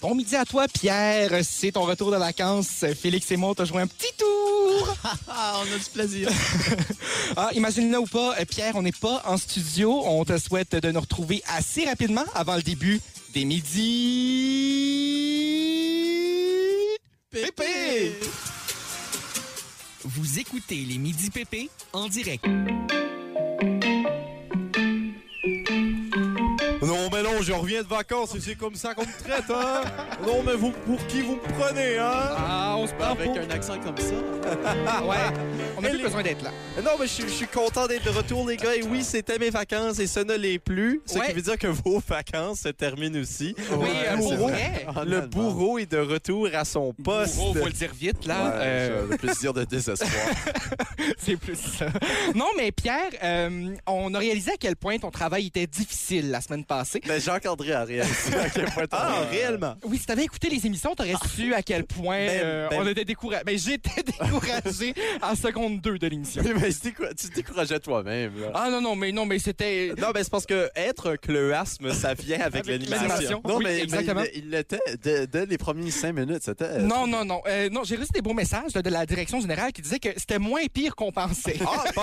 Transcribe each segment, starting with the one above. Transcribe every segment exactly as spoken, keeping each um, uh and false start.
Bon midi à toi, Pierre. C'est ton retour de vacances. Félix et moi, on t'a joué un petit tour. On a du plaisir. Ah, imagine-le ou pas, Pierre, on n'est pas en studio. On te souhaite de nous retrouver assez rapidement avant le début des midis... Pépé! Vous écoutez les Midis Pépé en direct. Non, mais non, je reviens de vacances et c'est comme ça qu'on me traite, hein? Non, mais vous, pour qui vous me prenez, hein? Ah, on se prend Avec pour... un accent comme ça. Ouais, on a Et plus les- besoin d'être là. Non, mais je suis- je suis content d'être de retour, les gars. Et oui, c'était mes vacances et ce ne l'est plus. Ce Ouais. qui veut dire que vos vacances se terminent aussi. Oui, Le euh, pour bourreau- vrai. Le bourreau est de retour à son poste. Bourreau, faut le dire vite, là. Euh, le plaisir de désespoir. C'est plus ça. Non, mais Pierre, euh, on a réalisé à quel point ton travail était difficile la semaine passée. Mais Jacques-André a réalisé à quel point... Ah, réellement? Oui, si t'avais écouté les émissions, t'aurais su à quel point Ben, euh, ben- on était découragés. Ben, j'étais découragé en seconde deux de l'émission. Mais tu décou- tu te décourageais toi-même, là. Ah non, non, mais non, mais c'était... Non, mais c'est parce que être un cléasme, ça vient avec, Avec l'animation. l'animation. Non, Oui, mais, exactement. mais il il l'était dès, dès les premiers cinq minutes. C'était. Non, non, non. Euh, non, j'ai reçu des beaux messages là, de la direction générale qui disaient que c'était moins pire qu'on pensait. Ah, bon.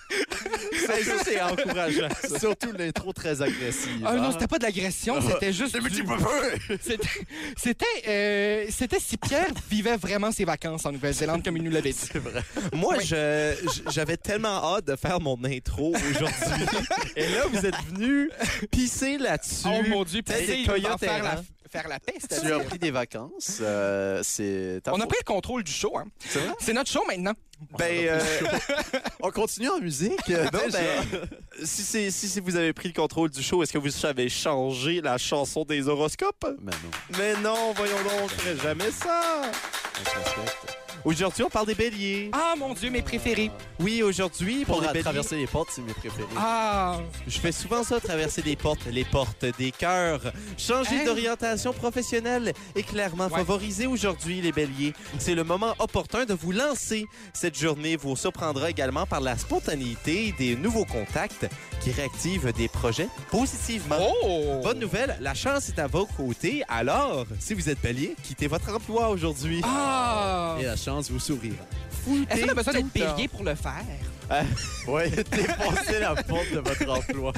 C'est juste c'est encourageant. Surtout l'intro très agressive. Ah non, hein. c'était pas de l'agression, c'était juste... C'est du- petit peu. C'était, c'était, euh, c'était si Pierre vivait vraiment ses vacances en Nouvelle-Zélande comme il nous l'avait dit. C'est vrai. Moi, Oui. je- je- j'avais tellement hâte de faire mon intro aujourd'hui. Et là, vous êtes venus pisser là-dessus. Oh mon Dieu, puis Tel tu sais, des il va coyotes faire la, errants. faire la paix, Tu c'est-à-dire. as pris des vacances. euh, c'est ta On a faute. pris le contrôle du show. Hein. C'est vrai? C'est notre show maintenant. Ben, euh, On continue en musique. non, déjà. ben, si, c'est- si, si vous avez pris le contrôle du show, est-ce que vous avez changé la chanson des horoscopes? Mais non, Mais non, voyons donc, je ferais jamais ça. on se respecte. Aujourd'hui, on parle des béliers. Ah mon Dieu, mes préférés. Oui, aujourd'hui, pour, Pour les la- béliers, traverser les portes, c'est mes préférés. Ah. je fais souvent ça, traverser des portes, les portes des cœurs. Changer Hein? d'orientation professionnelle est clairement Ouais. favorisé aujourd'hui, les béliers. C'est le moment opportun de vous lancer. Cette journée vous surprendra également par la spontanéité des nouveaux contacts qui réactivent des projets positivement. Oh. Bonne nouvelle, la chance est à vos côtés. Alors, si vous êtes bélier, quittez votre emploi aujourd'hui. Ah. Et la chance vous sourira. Est-ce qu'on a besoin tout d'être le temps. bélier pour le faire? Oui, défoncez la porte de votre emploi.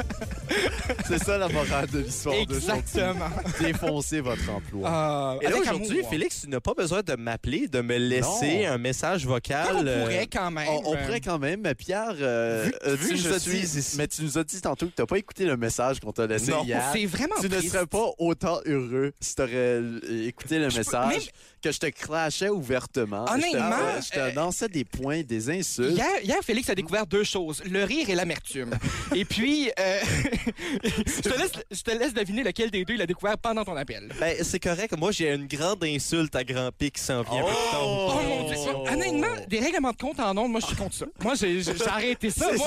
C'est ça la morale de l'histoire d'aujourd'hui. Exactement. Défoncez votre emploi. Ah, Et là, avec aujourd'hui, amour. Félix, tu n'as pas besoin de m'appeler, de me laisser Non. un message vocal. On euh, pourrait quand même. On, on euh, pourrait quand même, mais Pierre, euh, Vu- euh, vu que tu je nous as suis dit, ici. mais tu nous as dit tantôt que tu n'as pas écouté le message qu'on t'a laissé Non, hier. C'est vraiment Tu ne triste. serais pas autant heureux si tu aurais écouté le Je peux- message même- que je te crachais ouvertement. Honnêtement, je te, je te euh, lançais des points, des insultes. Hier, hier, Félix a découvert deux choses, le rire et l'amertume. Et puis, euh, je, te laisse, je te laisse deviner lequel des deux il a découvert pendant ton appel. Ben, c'est correct. Moi, j'ai une grande insulte à Grand P qui s'en vient un peu plus tard. Oh mon Dieu! Ça, honnêtement, des règlements de compte en ondes, moi, je suis contre ça. Moi, j'ai j'ai- j'ai arrêté ça. C'est Moi.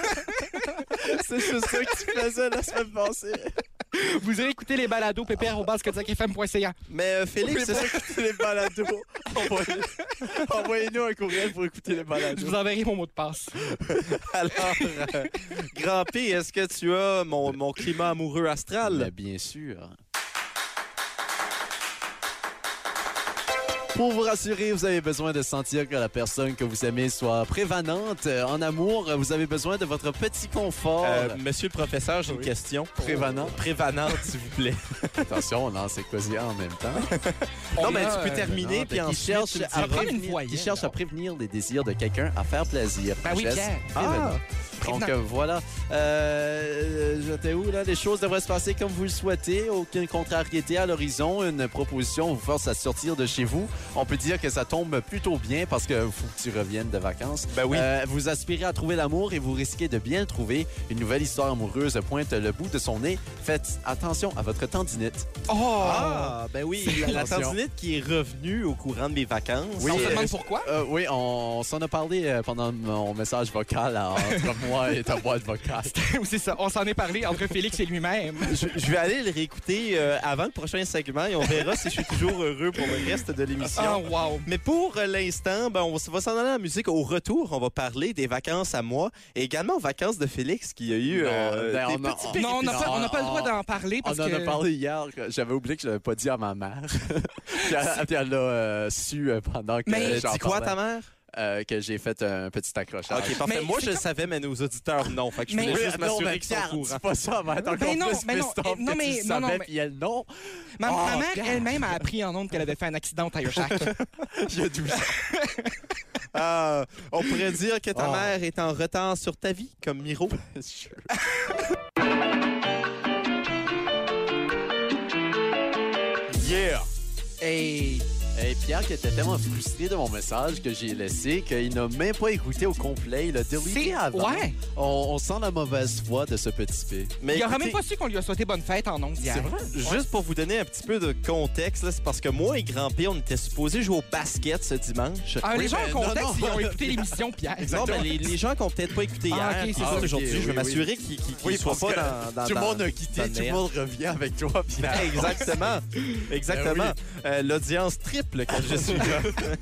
C'est juste ça que tu faisais la semaine passée. Vous irez écouter les balados pépère au bas f m point c a. Mais euh, Félix, c'est ça. écouter les balados. Envoyez- Envoyez-nous un courriel pour écouter les Je balados. vous enverrai mon mot de passe. Alors, euh, Grand P, est-ce que tu as mon, mon climat amoureux astral? Mais bien sûr. Pour vous rassurer, vous avez besoin de sentir que la personne que vous aimez soit prévenante. Euh, En amour, vous avez besoin de votre petit confort. Euh, monsieur le professeur, j'ai une Oui. question. Prévenant. Prévenante, s'il vous plaît. Attention, on lance Ecosia en même temps. Non, On mais a, tu peux euh, terminer, Non, puis qui ensuite... cherche tu me à diras. prendre une prévenir, voyelle, qui cherche à alors. prévenir les désirs de quelqu'un à faire plaisir. Ben oui, Geste Pierre. prévenant. Ah. Donc Prévenant. euh, voilà. Euh, J'étais où là? Les choses devraient se passer comme vous le souhaitez. Aucune contrariété à l'horizon. Une proposition vous force à sortir de chez vous. On peut dire que ça tombe plutôt bien parce que faut que tu reviennes de vacances. Ben oui. Euh, vous aspirez à trouver l'amour et vous risquez de bien le trouver. Une nouvelle histoire amoureuse pointe le bout de son nez. Faites attention à votre tendinite. Oh! Ah, ben oui, la, la Attention. tendinite qui est revenue au courant de mes vacances. Oui, on se euh, demande pourquoi? Euh, oui, on, on s'en a parlé euh, pendant mon message vocal à- entre moi Ouais, ta boîte vocale. C'est ça, on s'en est parlé entre Félix et lui-même. Je, je vais aller le réécouter euh, avant le prochain segment et on verra si je suis toujours heureux pour le reste de l'émission. Oh, wow. Mais pour euh, l'instant, ben, on va va s'en aller à la musique. Au retour, on va parler des vacances à moi et également aux vacances de Félix qui a eu Non, euh, ben, des on a- petits on- péripéties. Non, on n'a pas, on n'a pas le droit d'en parler On parce en que... a parlé hier. J'avais oublié que je l'avais pas dit à ma mère. puis elle, puis elle l'a euh, su euh, pendant que Mais j'en Dis quoi, parlais. ta mère? Euh, que j'ai fait un petit accrochage. OK, parfait. Mais Moi, c'est je le comme- savais, mais nos auditeurs, non. Fait que je Mais- voulais Oui, juste non, m'assurer mais qu'ils sont Pierre, au courant. dis pas ça, mais encore Ben non, plus mais non, pissed off non, que mais- tu non, non, savais, mais- puis elle, non. Ma, Oh, ma mère Pierre. elle-même a appris en ondes qu'elle avait fait un accident au Tire Shack. Il y a douze ans. Ah, on pourrait dire que ta Oh. mère est en retard sur ta vie, comme Miro. Yeah! Hey. Et Pierre qui était tellement frustré de mon message que j'ai laissé qu'il n'a même pas écouté au complet. Il a délité C'est... avant. Ouais. On, on sent la mauvaise foi de ce petit P. Mais Il aura même écoutez, pas su qu'on lui a souhaité bonne fête en ondes hier. C'est vrai? juste pour vous donner un petit peu de contexte, là, c'est parce que moi et Grand P, on était supposés jouer au basket ce dimanche. Ah, Oui, les gens mais en non, contexte, non. ils ont écouté l'émission, Pierre. Non, mais les, les gens qui ont peut-être pas écouté Ah, hier, ok, qui c'est sont ça. aujourd'hui, Ok, je vais oui, m'assurer qu'ils qu'ils- qu'ils Oui, soient parce pas que dans, dans tout le dans- monde a quitté, dans tout le le monde revient avec toi, Pierre. Exactement. Exactement. Euh, L'audience triple quand je suis là.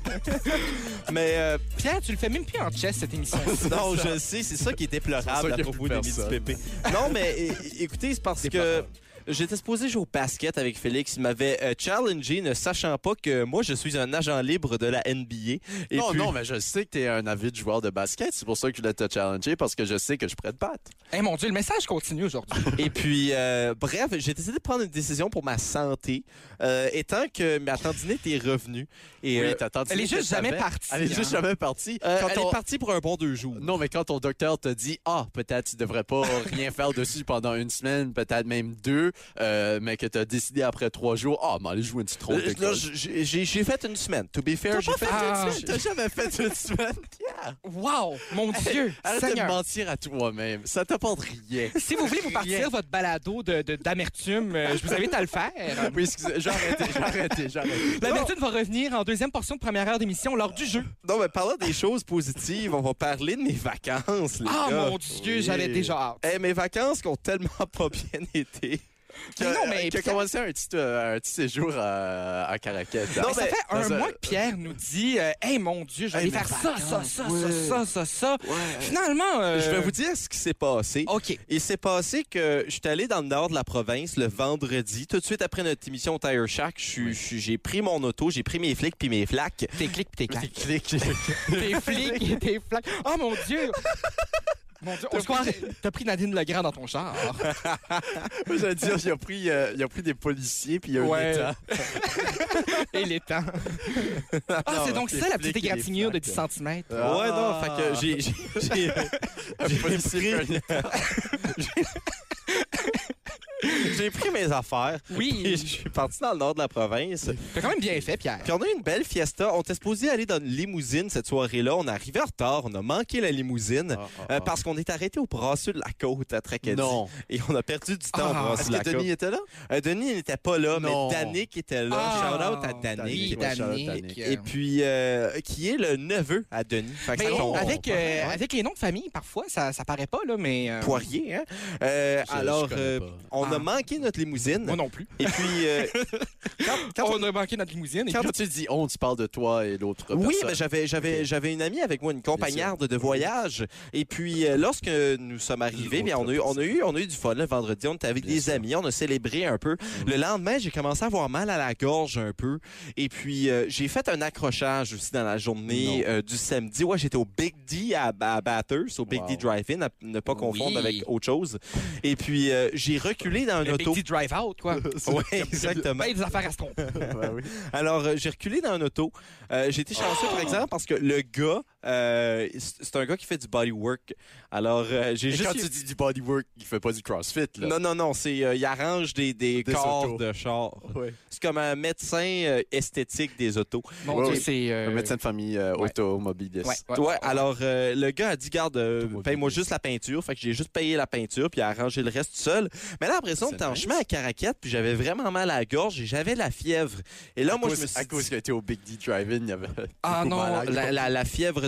Mais euh, Pierre, tu le fais même plus en chess, cette émission. non, je sais, c'est ça qui est C'est déplorable ça à qu'il y a propos plus des Midi personne. Pépé. Non, mais é- écoutez, c'est parce que Déplorable. j'étais supposé jouer au basket avec Félix. Il m'avait euh, challengé, ne sachant pas que moi, je suis un agent libre de la N B A. Et non, puis- non, mais je sais que tu es un avide joueur de basket. C'est pour ça que je voulais te challenger, parce que je sais que je pourrais te battre. Eh mon Dieu, le message continue aujourd'hui. Et puis, euh, bref, j'ai décidé de prendre une décision pour ma santé, euh, étant que ma tendinite est revenue. Et, Oui, euh, ta tante Elle est Céline, juste tu jamais savais. partie, Elle est hein. juste jamais partie. euh, Quand elle on- est partie pour un bon deux jours. Non, mais quand ton docteur te dit « Ah, peut-être tu devrais pas rien faire dessus pendant une semaine, peut-être même deux, euh, mais que tu as décidé après trois jours, ah, mais allez jouer une petite ronde Euh, de là, golf. j'ai j'ai- j'ai fait une semaine. To be fair, T'as j'ai pas fait fait Ah, une j'ai- semaine? T'as jamais fait une semaine, Pierre? Wow! Mon Dieu! Arrête de Seigneur! mentir à toi-même. Ça t'apporte rien. Si vous voulez vous partir votre balado de- de- d'amertume, euh, je vous invite à le faire. Oui, excusez, j'ai arrêté, j'ai arrêté, j'ai arrêté. L'amertume va revenir en deuxième portion de première heure d'émission lors du jeu. Non, mais parlant des choses positives, on va parler de mes vacances, les Ah gars. mon Dieu, Oui. j'avais déjà hâte. Eh, mes vacances qui ont tellement pas bien été. Mais non, mais Qui a Pierre- commencé un petit, euh, un petit séjour à, à Caraquette. Mais Non, ça mais- fait un dans un- mois que Pierre nous dit euh, Hey mon Dieu, je vais Hey, aller mes faire ça, ça, vacances, ça, ouais. ça, ça, ça, ça. Finalement, euh, Je vais vous dire ce qui s'est passé. OK. Il s'est passé que je suis allé dans le nord de la province le vendredi, tout de suite après notre émission Tire Shack. je suis- je suis- J'ai pris mon auto, j'ai pris mes flics puis mes flaques. Tes clics pis tes claques. Clic, clic. Tes flics et tes flaques. Oh mon Dieu! Mon Dieu, on se croirait. T'as pris Nadine Legrand dans ton char. Moi, j'allais dire, il a pris, euh, il a pris des policiers, puis il y a eu Ouais. des temps. Et les temps. Ah, c'est donc les ça, la flics petite et les égratignure de flaques. dix centimètres. Ah. Ouais, non, fait que j'ai... j'ai- j'ai- J'ai policier pris... J'ai pris mes affaires. Et Oui. je suis parti dans le nord de la province. T'as quand même bien fait, Pierre. Puis on a eu une belle fiesta. On était supposé aller dans une limousine cette soirée-là. On est arrivé en retard. On a manqué la limousine euh, parce qu'on est arrêté au Brasseux de la Côte à Tracadie. Non. Et on a perdu du temps Ah, au Brasseux Est-ce de la que Denis Côte. était là? Euh, Denis n'était pas là, Non. mais Danick était là. Ah, Shout-out à Danick. Oui, Ouais, shout-out Danick. Danick. Et puis, euh, qui est le neveu à Denis. Fait que Mais ça tombe. avec, euh, Ouais. avec les noms de famille, parfois, ça, ça paraît pas, là, mais. euh, Poirier, hein? Euh, Je- je alors, connais euh, pas. on Ah. a manqué notre limousine. Moi non plus. Et puis, euh, quand, quand on a manqué notre limousine. Et Quand puis, tu dis on, tu parles de toi et l'autre Oui, personne. mais j'avais j'avais Ok. j'avais une amie avec moi, une compagnarde de voyage. Et puis euh, lorsque nous sommes arrivés, bien, on a eu on a eu on a eu du fun le vendredi. On était avec Bien des sûr. amis, on a célébré un peu. Le lendemain, j'ai commencé à avoir mal à la gorge un peu. Et puis euh, j'ai fait un accrochage aussi dans la journée Non. euh, du samedi. Ouais, j'étais au Big D à, à Bathurst, au Big Wow. D Drive-In, à ne pas confondre Oui. avec autre chose. Et puis euh, j'ai reculé dans un le auto. Big D Drive Out, quoi. Oui, exactement. Ben, des affaires à se tromper. Ouais, oui. Alors, euh, j'ai reculé dans un auto. Euh, j'ai été chanceux, par exemple, parce que le gars, euh, c'est c'est un gars qui fait du bodywork. Alors, euh, j'ai Et juste... quand tu dis du bodywork, il fait pas du CrossFit, là. Non, non, non, c'est euh, il arrange des, des, Des corps autos. de char. Ouais. C'est comme un médecin euh, esthétique des autos. Mon Ouais, Dieu, oui. c'est. euh, Un médecin de famille euh, ouais. automobiliste. Ouais, ouais. Ouais, alors euh, le gars a dit, garde, euh, Automobile. paye-moi juste la peinture. Fait que j'ai juste payé la peinture, puis il a arrangé le reste tout seul. Mais là, après ça, on C'est était en nice. chemin à Caraquette, puis j'avais vraiment mal à la gorge et j'avais la fièvre. Et là, À moi, cause- je me suis À dit- cause qu'il était au Big D Drive-In, il y avait. Ah beaucoup non, mal à la, la, la fièvre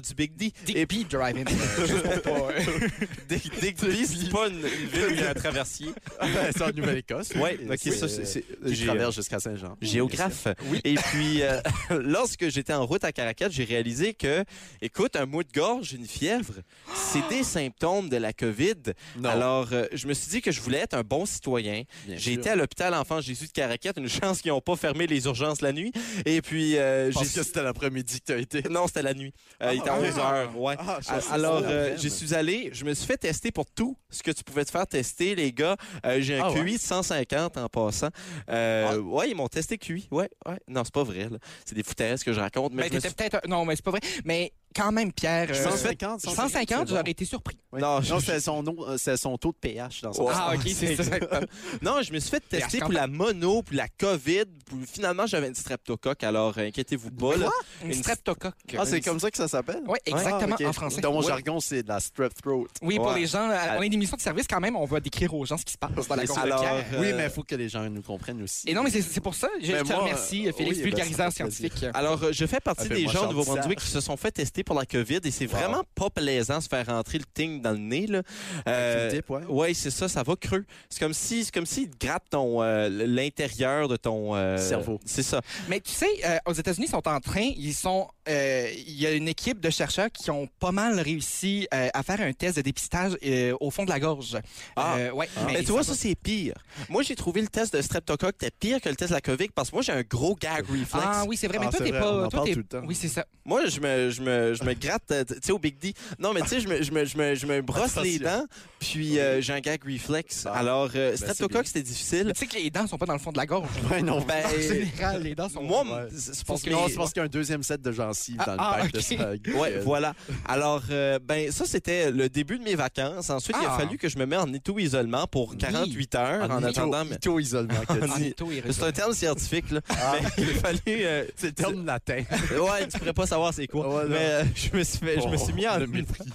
du Big D. Digby Drive-In. euh, juste pour pas, euh, Dig- Digby, c'est pas une, une ville, il y a un traversier. C'est en Nouvelle-Écosse. Ouais, Et ok, c'est, ça, c'est- euh, c'est- qui j'ai- traverse jusqu'à Saint-Jean. Géographe. Et puis, euh, lorsque j'étais en route à Caracas, j'ai réalisé que, écoute, un mot de gorge, une fièvre, c'est des symptômes de la COVID. Non. Alors, euh, je me suis dit que je voulais être un bon citoyen. Bien J'ai sûr. été à l'hôpital Enfant Jésus de Caracas, une chance qu'ils n'ont pas fermé les urgences la nuit. Et puis, euh, Parce j'ai... que c'était l'après-midi que tu as été. Non, c'était la nuit. Euh, il était à Ah, onze heures. Ouais. Ah, je A- sais Alors, ça, euh, la j'y peine. suis allé, je me suis fait tester pour tout ce que tu pouvais te faire tester, les gars. Euh, j'ai un Ah, Q I ouais? de cent cinquante en passant. Euh, Ah. Ouais, ils m'ont testé Q I. Ouais, ouais. Non, c'est pas vrai, là. C'est des foutaises que je raconte. Mais Mais je me t'étais suis- peut-être. un- Non, mais c'est pas vrai. Mais quand même, Pierre. euh, cent cinquante, cent cinquante, c'est bon. j'aurais été surpris. Oui. Non, Non, je- c'est son, nom- euh, c'est son taux de pH dans son Ouais. Ah, ok, c'est ça. Non, je me suis fait tester P H pour la mono, pour la COVID. Pour... Finalement, j'avais une streptocoque, alors euh, inquiétez-vous pas. Là. Une Une- streptocoque. Ah, c'est comme ça que ça s'appelle? Oui, exactement, Ah, ok. en français. Dans mon Oui. jargon, c'est de la strep throat. Oui, pour Ouais. les gens, euh, on est une émission de service quand même, on va décrire aux gens ce qui se passe dans la gorge de Alors, Pierre. euh, Oui, mais il faut que les gens nous comprennent aussi. Et non, mais c'est c'est pour ça. Je, Mais je te moi, remercie, euh, Félix, oui, vulgarisant ben, ça me fait scientifique. Alors, euh, je fais partie Appelle-moi des gens Charles du Nouveau-Brunswick qui se sont fait tester pour la COVID et c'est Wow. vraiment pas plaisant de se faire rentrer le ting dans le nez. Là. Euh, Avec une dip, ouais. ouais, c'est ça, ça va creux. C'est comme si, c'est comme s'ils te grattent ton euh, l'intérieur de ton euh, Cerveau. C'est ça. Mais tu sais, euh, aux États-Unis, ils sont en train, ils sont, euh, il y a une équipe de chercheurs qui ont pas mal réussi euh, à faire un test de dépistage euh, au fond de la gorge. Ah. Euh, ouais, Mais, mais tu vois, va- ça, c'est pire. Moi, j'ai trouvé le test de streptocoque était pire que le test de la COVID parce que moi, j'ai un gros gag reflex. Ah oui, c'est vrai, mais Ah, toi, c'est t'es vrai, on pas. en toi, parle t'es- tout le temps. Oui, c'est ça. Moi, je me, je me, je me gratte, euh, tu sais, au Big D. Non, mais tu sais, je me, je me, je me, je me brosse Attention. les dents, puis euh, j'ai un gag reflex. Ah. Alors, euh, c'est bien. streptocoque, c'était difficile. Mais tu sais que les dents sont pas dans le fond de la gorge. Ouais, non. Ben, En général, les dents sont. moi, Ouais. c'est c'est Parce parce que que... Non, c'est parce qu'il y a un deuxième set de gencives Ah, dans le ah, bac de ok. ça. Ouais, voilà. Alors, euh, ben ça, c'était le début de mes vacances. Ensuite, il a Ah. fallu que je me mette en auto-isolement pour quarante-huit heures en, attendant... mais- Auto-isolement. En Ni- étau et C'est un terme scientifique, là. Mais il a fallu... euh, C'est le terme latin. Ouais, tu pourrais pas savoir c'est quoi. Ouais, non. mais euh, je me suis fait- je me suis mis en Le mépris.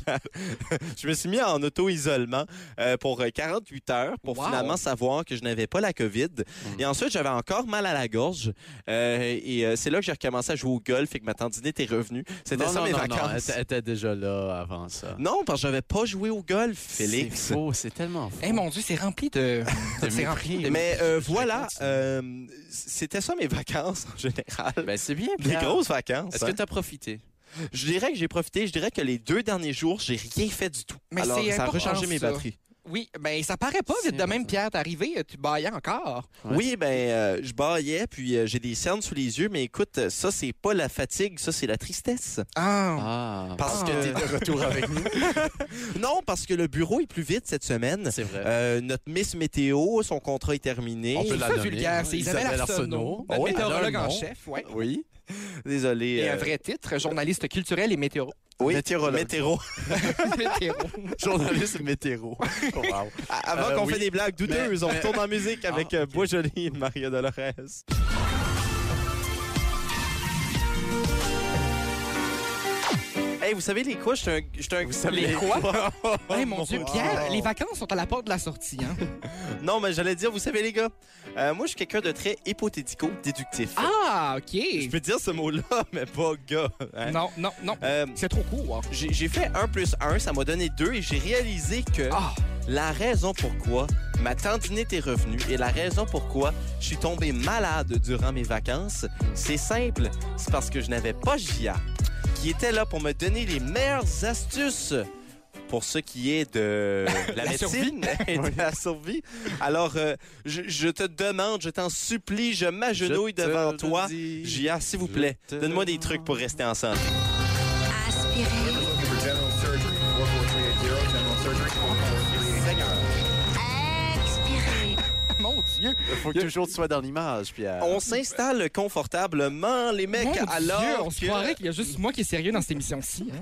je me suis mis en auto-isolement euh, pour euh, quarante-huit heures pour Wow. finalement savoir que je n'avais pas la COVID. Et ensuite, j'avais encore mal à la gorge. Euh, et euh, c'est là que j'ai recommencé à jouer au golf et que ma tendinite est revenue. C'était Non, ça non, mes non, vacances. non, elle était- elle était déjà là avant ça. Non, parce que j'avais pas joué au golf, Félix. C'est faux, c'est tellement faux. Eh mon Dieu, c'est rempli de. c'est rempli de. Mais euh, voilà, continue. euh, c'était ça mes vacances en général. Ben, c'est bien, Des Pierre. grosses vacances. Est-ce hein. que tu as profité? Je dirais que j'ai profité. Je dirais que les deux derniers jours, j'ai rien fait du tout. Mais Alors, c'est ça a important, rechargé mes ça. batteries. Oui, ben ça paraît pas vite C'est de même, important. Pierre, t'es arrivé, tu baillais encore. Ouais. Oui, ben, euh, je baillais, puis euh, j'ai des cernes sous les yeux, mais écoute, ça, c'est pas la fatigue, ça, c'est la tristesse. Ah. Ah, Parce Ah. que t'es de retour avec nous. Non, parce que le bureau est plus vite cette semaine. C'est vrai. Euh, notre Miss Météo, son contrat est terminé. On peut C'est la ça, nommer, vulgaire, hein, c'est Isabelle Isabelle Arsenault, Arsenault. notre Oh oui, météorologue elle a un en nom. chef, ouais. Oui. Désolé. Et euh, un vrai titre, journaliste culturel et météo. Oui, Météorologue. Météo. météo. Journaliste météo. Oh, wow. Avant Euh, qu'on oui. fait des blagues douteuses, Mais- on mais- retourne en musique avec Ah, euh, ok. Bois Joli et Maria Dolores. Hey, vous savez les quoi? Je suis un... je suis un- Vous savez Les quoi? Oh, Eh mon Dieu, Wow. Pierre, les vacances sont à la porte de la sortie, hein? Non, mais j'allais dire, vous savez les gars, euh, moi je suis quelqu'un de très hypothético-déductif. Ah, OK. Je peux dire ce mot-là, mais pas gars. hein. Non, non, non. Euh, C'est trop court. j'ai j'ai fait un plus un, ça m'a donné deux et j'ai réalisé que Ah, la raison pourquoi ma tendinite est revenue et la raison pourquoi je suis tombé malade durant mes vacances, c'est simple, c'est parce que je n'avais pas J A, qui était là pour me donner les meilleures astuces pour ce qui est de la, La médecine et de la survie. Alors, euh, je, je te demande, je t'en supplie, je m'agenouille Je te devant le toi. dis. J A, s'il vous Je plaît, te donne-moi des trucs pour rester ensemble. Aspirer. Expirer. mon Dieu. Il faut que toujours tu sois dans l'image, Pierre. On s'installe confortablement, les mecs, Mon alors Dieu, on se que- croirait qu'il y a juste moi qui est sérieux dans cette émission-ci. hein.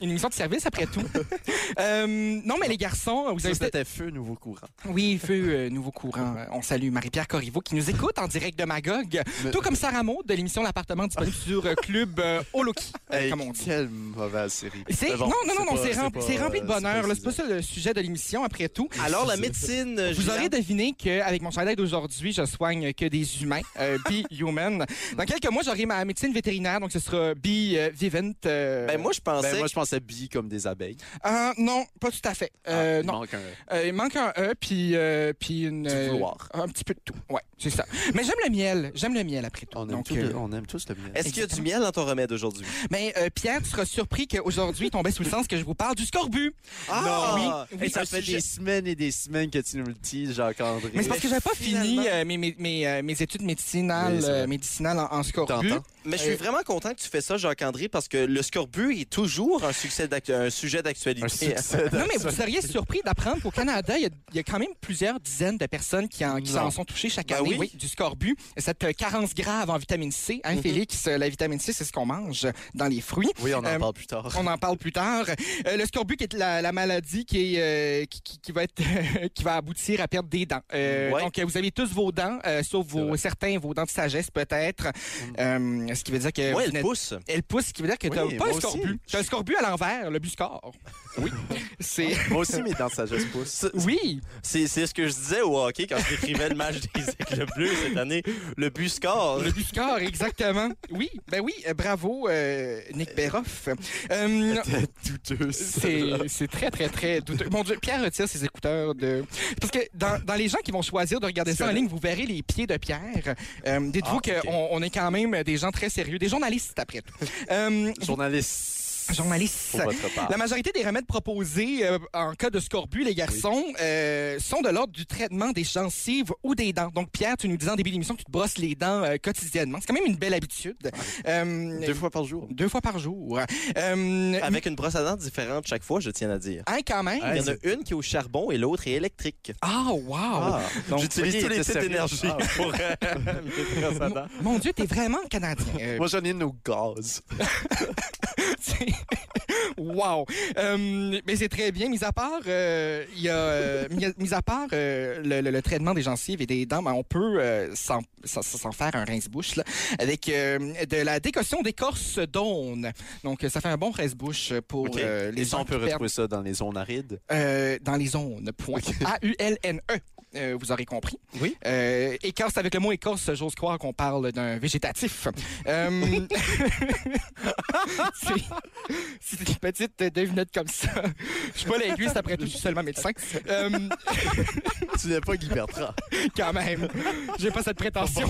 Une émission de service, après tout. euh, non, mais les garçons, vous Ça, avez... c'était Feu Nouveau Courant. Oui, Feu euh, Nouveau Courant. Euh, On salue Marie-Pierre Corriveau qui nous écoute en direct de Magog. Mais- Tout comme Sarah Maud de l'émission L'appartement disponible sur euh, Club euh, Oloki, euh, Hey, comme on dit. quelle mauvaise série. C'est... Mais bon, non, non, non, c'est non, pas- c'est, rempli, pas, c'est rempli de euh, bonheur. là. C'est pas précisé. ça le sujet de l'émission, après tout. Alors, la médecine, Vous Julien? aurez deviné qu'avec mon chandail d'aujourd'hui, je soigne que des humains, euh, Be Human. Dans quelques mois, j'aurai ma médecine vétérinaire, donc ce sera Be euh, Vivant. euh, Ben, moi, je pensais... Ben, moi, je pensais bi comme des abeilles. euh, non, pas tout à fait. Euh, Ah, il non. manque un... Euh, il manque un E, puis, euh, puis une... Du euh, vouloir. un petit peu de tout. Ouais, c'est ça. Mais j'aime le miel. J'aime le miel, après tout. On aime, Donc, tous euh, le- on aime tous le miel. Est-ce qu'il y a du miel dans ton remède aujourd'hui? Mais euh, Pierre, tu seras surpris qu'aujourd'hui, il tombait sous le sens que je vous parle du scorbut. Ah! oui, Hey, oui, ça un fait sujet- des semaines et des semaines que tu nous le dis, Jacques-André. Mais c'est parce que j'avais pas finalement- fini euh, mes, mes, mes, euh, mes études médicinales, Oui, c'est vrai. euh, médicinales en, en scorbut. T'entends? Mais je suis Euh, vraiment content que tu fais ça, Jacques-André, parce que le scorbut est toujours un, succès d'actu- un sujet d'actualité. Un succès. Non, mais vous seriez surpris d'apprendre qu'au Canada, il y, a, il y a quand même plusieurs dizaines de personnes qui en, qui Non. en sont touchées chaque Ben année, oui. du scorbut. Cette euh, carence grave en vitamine C, hein, Mhm. Félix, euh, la vitamine C, c'est ce qu'on mange dans les fruits. Oui, on en Euh, parle plus tard. On en parle plus tard. Euh, le scorbut qui est la, la maladie qui, est, euh, qui, qui- qui va être qui va aboutir à perdre des dents. Euh, Ouais. Donc euh, vous avez tous vos dents, euh, sauf C'est vos vrai. certains vos dents de sagesse peut-être. Euh, ce qui veut dire que Moi, vous elle n'êtes- pousse. elle pousse, ce qui veut dire que Oui, t'as pas moi le aussi. scorbut. T'as le scorbut à l'envers, le buscar. Oui. C'est Moi aussi, mes dents de sagesse poussent. oui. C'est c'est ce que je disais au hockey quand je décrivais le match des Aigles Bleus cette année. Le but score. Le buscar, exactement. Oui, ben oui, euh, bravo, euh, Nick Beroff. Euh, C'était douteux. C'est, c'est très, très, très douteux. Mon Dieu, Pierre retire ses écouteurs de... Parce que dans, dans les gens qui vont choisir de regarder ça en ligne, vous verrez les pieds de Pierre. Euh, dites-vous Ah, ok. qu'on on est quand même des gens très sérieux, des journalistes après tout. Euh, Journaliste. journalistes. Pour votre part. La majorité des remèdes proposés euh, en cas de scorbut, les garçons, euh, sont de l'ordre du traitement des gencives ou des dents. Donc, Pierre, tu nous disais en début d'émission que tu te brosses les dents euh, quotidiennement. C'est quand même une belle habitude. Euh, Deux fois par jour. deux fois par jour. Euh, Avec une brosse à dents différente chaque fois, je tiens à dire. hein, quand même. Il y en a une qui est au charbon et l'autre est électrique. Ah, wow! Ah, donc, J'utilise ok, tous les t'es types sérieux. d'énergie Ah, pour euh, mes brosses à dents. Mon Dieu, t'es vraiment canadien. Euh, Moi, j'en ai une au gaz. c'est- wow! Euh, mais c'est très bien. Mis à part, euh, il y a, euh, mis, à, mis à part euh, le, le- le traitement des gencives et des dents, ben, on peut euh, s'en, s'en- s'en faire un rince-bouche là, avec euh, de la décoction d'écorce d'aune. Donc, ça fait un bon rince-bouche pour Ok. euh, les Et ça, gens on peut qui perdent retrouver ça dans les zones arides. euh, dans les zones. Point. A U L N E. Euh, vous aurez compris. Oui. Euh, écorce, avec le mot écorce, j'ose croire qu'on parle d'un végétatif. Euh, c'est, c'est une petite devinette comme ça. Je suis pas linguiste, après tout, je suis seulement médecin. Euh, Tu n'es pas Guy Bertrand. quand même, j'ai pas cette prétention.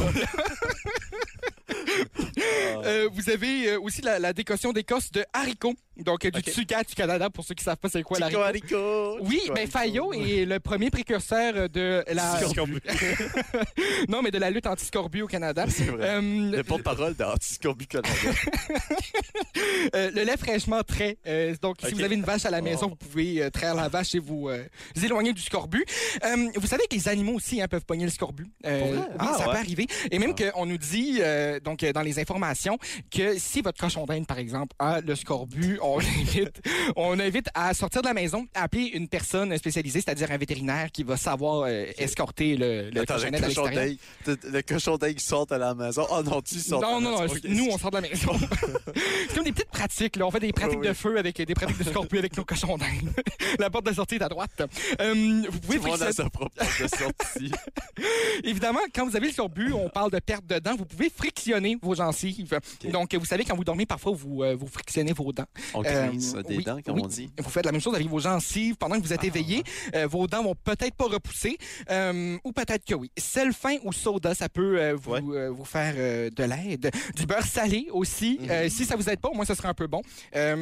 Euh, vous avez euh, aussi la, la décoction d'écorce de haricots. Donc, euh, du Ok. Tsugat du Canada, pour ceux qui savent pas c'est quoi Tico l'haricot. haricot. Oui, Tico ben haricot. Fayot est le premier précurseur de la... non, mais de la lutte anti-scorbut au Canada. C'est vrai. Euh, Le porte-parole d'Antiscorbut Canada. euh, le lait fraîchement trait. Euh, donc, si Ok. vous avez une vache à la maison, Oh. vous pouvez euh, traire la vache et vous, euh, vous éloigner du scorbut. Euh, vous savez que les animaux aussi hein, peuvent pogner le scorbut. Euh, Pour vrai? oui, Ah, ça ouais. peut arriver. Et même Ah. qu'on nous dit, euh, donc euh, dans les informations, que si votre cochon d'Inde, par exemple, a le scorbut, on invite, on invite à sortir de la maison, à appeler une personne spécialisée, c'est-à-dire un vétérinaire qui va savoir euh, escorter le, le Attends, cochon le d'Inde à cochon l'extérieur. d'Inde. Le cochon d'Inde qui sort à la maison. Oh non, tu sors. Non, à la non, non, maison. Ok. nous, on sort de la maison. C'est comme des petites pratiques, là. On fait des pratiques Oui, oui. de feu avec des pratiques de scorbut avec nos cochons d'Inde. La porte de sortie est à droite. Euh, vous pouvez Tout le monde a frictionner- sa propre porte de sortie. Évidemment, quand vous avez le scorbut, on parle de perte de dents. Vous pouvez frictionner vos gencives. Donc, vous savez, quand vous dormez, parfois, vous, euh, vous frictionnez vos dents. On Euh, grise des oui, dents, comme oui. on dit. Vous faites la même chose avec vos gencives pendant que vous êtes Ah. éveillé. Euh, vos dents vont peut-être pas repousser, euh, ou peut-être que oui. Sel fin ou soda, ça peut euh, vous, Ouais. euh, vous faire euh, de l'aide. Du beurre salé aussi. Mhm. Euh, si ça vous aide pas, au moins, ça serait un peu bon. Euh,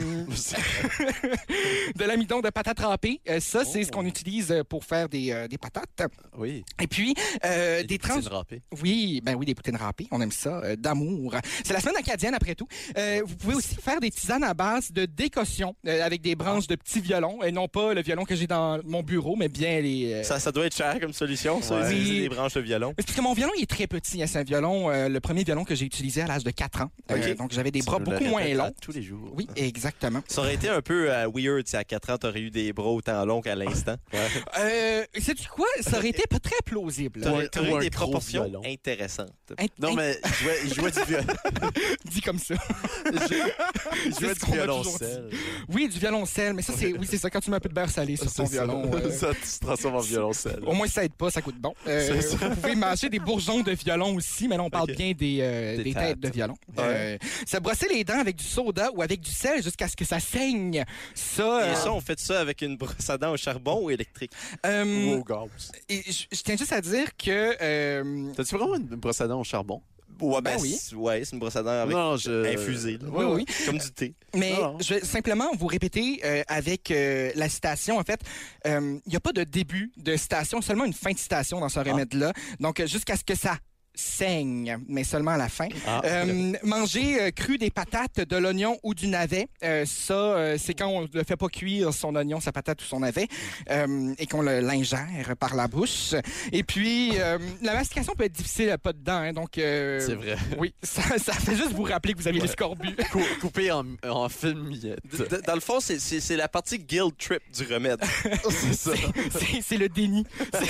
de l'amidon de patates râpées. Euh, ça, c'est Oh. ce qu'on utilise pour faire des, euh, des patates. Oui. Et puis, euh, Et des trans... poutines râpées. Oui, ben oui, des poutines râpées, on aime ça, euh, d'amour. C'est la semaine acadienne, après tout. Euh, vous pouvez aussi faire des tisanes à base de décoction euh, avec des branches de petits violons, et non pas le violon que j'ai dans mon bureau, mais bien les... euh, Ça, ça doit être cher comme solution, ça, Ouais. utiliser Oui. des branches de violon. Parce que mon violon il est très petit. Hein. C'est un violon, euh, le premier violon que j'ai utilisé à l'âge de quatre ans. Euh, Ok. donc, j'avais des Tu bras nous beaucoup le moins répètes à longs. tous les jours. Oui, exactement. Ça aurait été un peu euh, weird si à quatre ans, t'aurais eu des bras autant longs qu'à l'instant. Euh, sais-tu quoi? Ça aurait été pas très plausible. T'aurais ou t'aurais un eu des gros proportions violon. intéressantes. Int- Non, int- mais il jouait, il jouait du violon. Dit comme ça. Il C'est jouait ce du qu'on m'a toujours violoncelle. Oui, du violoncelle, mais ça, c'est oui, c'est ça. Quand tu mets un peu de beurre salé sur ton C'est ça. violon, euh, Ça, tu te transformes en violoncelle. au moins, ça aide pas, ça coûte bon. Euh, C'est ça. vous pouvez mâcher des bourgeons de violon aussi, mais là, on parle Ok. bien des, euh, Des des têtes. têtes de violon. Euh, se brosser les dents avec du soda ou avec du sel jusqu'à ce que ça saigne. Ça, Et euh, ça, on fait ça avec une brosse à dents au charbon ou électrique? euh, Ou au gaz. et je, je tiens juste à dire que... euh, T'as-tu vraiment une brosse à dents au charbon? Ouais, Ben oui. c'est- Ouais, c'est une brosse à dents avec non, je... infusée, là. Oui, oui. Comme du thé. Mais Non, non. je vais simplement vous répéter euh, avec euh, la citation. En fait, il n'y a pas de début de citation, seulement une fin de citation dans ce remède-là. Donc, euh, jusqu'à ce que ça saigne, mais seulement à la fin. Ah. Euh, manger euh, cru des patates, de l'oignon ou du navet, euh, ça, euh, c'est quand on ne fait pas cuire son oignon, sa patate ou son navet, euh, et qu'on le l'ingère par la bouche. Et puis, euh, la mastication peut être difficile, pas dedans, hein, donc... euh, C'est vrai. Oui, ça, ça fait juste vous rappeler que vous avez le scorbut. Cou- Coupé en, en fines miettes. D- d- Dans le fond, c'est- c'est c'est la partie guilt trip du remède. C'est ça. C'est- C'est le déni.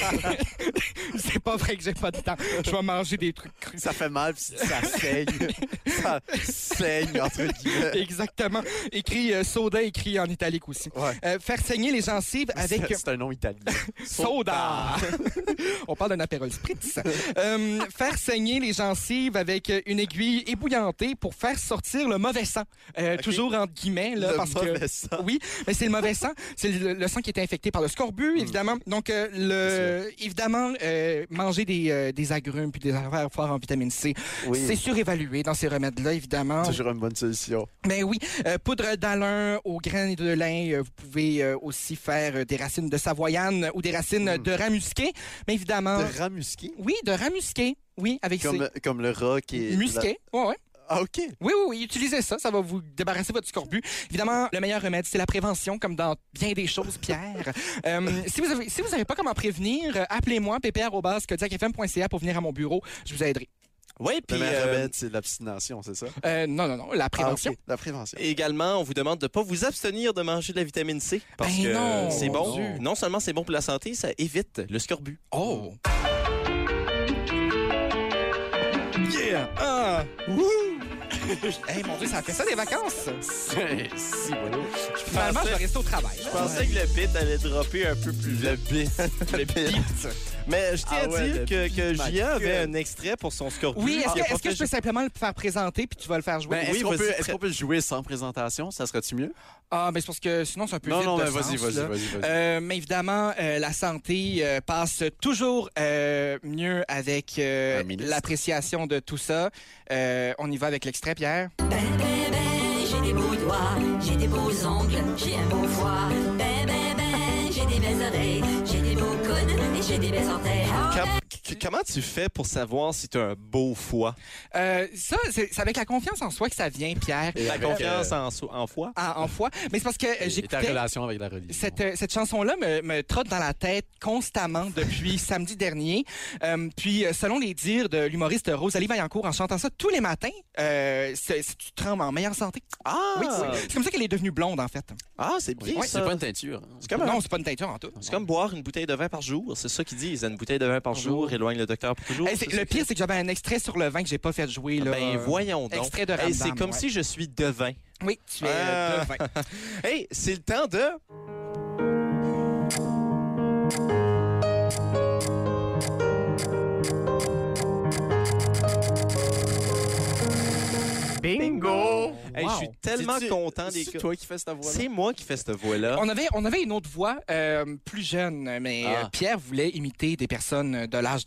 C'est- C'est pas vrai que j'ai pas de temps. Je vais manger des trucs crus. Ça fait mal, puis ça saigne. Ça saigne, entre guillemets. Exactement. Écrit euh, soda, écrit en italique aussi. Ouais. Euh, faire saigner les gencives avec C'est- C'est un nom italien. soda. On parle d'un apérol spritz. Euh, faire saigner les gencives avec une aiguille ébouillantée pour faire sortir le mauvais sang. Euh, Ok. Toujours entre guillemets, là, Le parce mauvais que... sang. Oui, mais c'est le mauvais sang. C'est le, le sang qui était infecté par le scorbut, évidemment. Donc, euh, le, évidemment, euh, manger des, euh, des agrumes puis des affaires fortes en vitamine C, Oui. c'est surévalué dans ces remèdes-là, évidemment. Toujours une bonne solution. Mais oui, euh, poudre d'alun aux graines de lin. euh, vous pouvez euh, aussi faire euh, des racines de savoyane ou des racines Mm. de rat musqué. Mais évidemment... De rat musqué? Oui, de rat musqué. Oui, avec Comme, comme le rat qui ces... est... Musqué. Ouais, ouais. Ah, OK. Oui, oui, oui, utilisez ça, ça va vous débarrasser votre scorbut. Évidemment, le meilleur remède, c'est la prévention, comme dans bien des choses, Pierre. Euh, si vous avez, si vous savez pas comment prévenir, euh, appelez-moi, p p r arobase kodiak f m point c a pour venir à mon bureau, je vous aiderai. Oui, Le puis meilleur euh, remède, c'est l'abstination, c'est ça? Euh, non, non, non, la prévention. Ah, OK. La prévention. également, on vous demande de ne pas vous abstenir de manger de la vitamine C. Parce Ben que non, c'est bon. mon Dieu. Non seulement c'est bon pour la santé, ça évite le scorbut. Oh! Yeah! Ah! Hey, mon Dieu, ça fait ça des vacances! C'est si bon. Finalement, je vais rester au travail. Je pensais que le bit allait dropper un peu plus Le vite. bit. Le bit. Mais je tiens Ah à ouais, dire le que, bit, que ma Gia avait gueule. un extrait pour son scorbut. Oui, est-ce qui que, a pas est-ce que fait je peux simplement le faire présenter puis tu vas le faire jouer? Ben, Oui, est-ce qu'on vas-y, peut, est-ce très- qu'on peut le jouer sans présentation? Ça serait-tu mieux? Ah, ben c'est parce que sinon, c'est un peu Non, vide non, de mais vas-y, sens, vas-y, là. vas-y, vas-y. Euh, mais évidemment, euh, la santé euh, passe toujours euh, mieux avec euh, Un ministre. l'appréciation de tout ça. Euh, on y va avec l'extrait, Pierre. Ben, ben, ben, j'ai des beaux doigts, j'ai des beaux ongles, j'ai un beau foie. Ben, ben, ben, j'ai des belles oreilles, j'ai des beaux coudes et j'ai des belles orteils. Oh, Com- c- comment tu fais pour savoir si tu as un beau foie? Euh, ça, c'est c'est avec la confiance en soi que ça vient, Pierre. Et La avec, confiance euh, en, so- en foie? En, en foi. Mais c'est parce que euh, Et ta j'écoutais... relation avec la religion. Cette, euh, cette chanson-là me, me trotte dans la tête constamment depuis samedi dernier. Euh, puis, euh, selon les dires de l'humoriste Rosalie Vaillancourt, en chantant ça tous les matins, euh, c'est- c'est- tu te rends en meilleure santé. Ah! Oui, c'est- c'est comme ça qu'elle est devenue blonde, en fait. Ah, c'est bien Oui, ça. c'est pas une teinture. hein. C'est comme, un- Non, c'est pas une teinture en tout. c'est comme boire une bouteille de vin par jour. C'est ça qu'ils disent. Une bouteille de vin par jour éloigne le docteur pour toujours. Hey, c'est- C'est le ça pire, c'est que j'avais un extrait sur le vin que j'ai pas fait jouer. Là. Ben voyons donc. Extrait de Hey, Ramdam, c'est comme ouais. si je suis devin. Oui, tu es Ah. euh, de vin. Hey, c'est le temps de... Bingo! Hey, je suis tellement C'est-tu- content des C'est gars. toi qui fais cette voix-là? C'est moi qui fais cette voix-là. On avait, on avait une autre voix euh, plus jeune, mais Ah. euh, Pierre voulait imiter des personnes de l'âge d'or.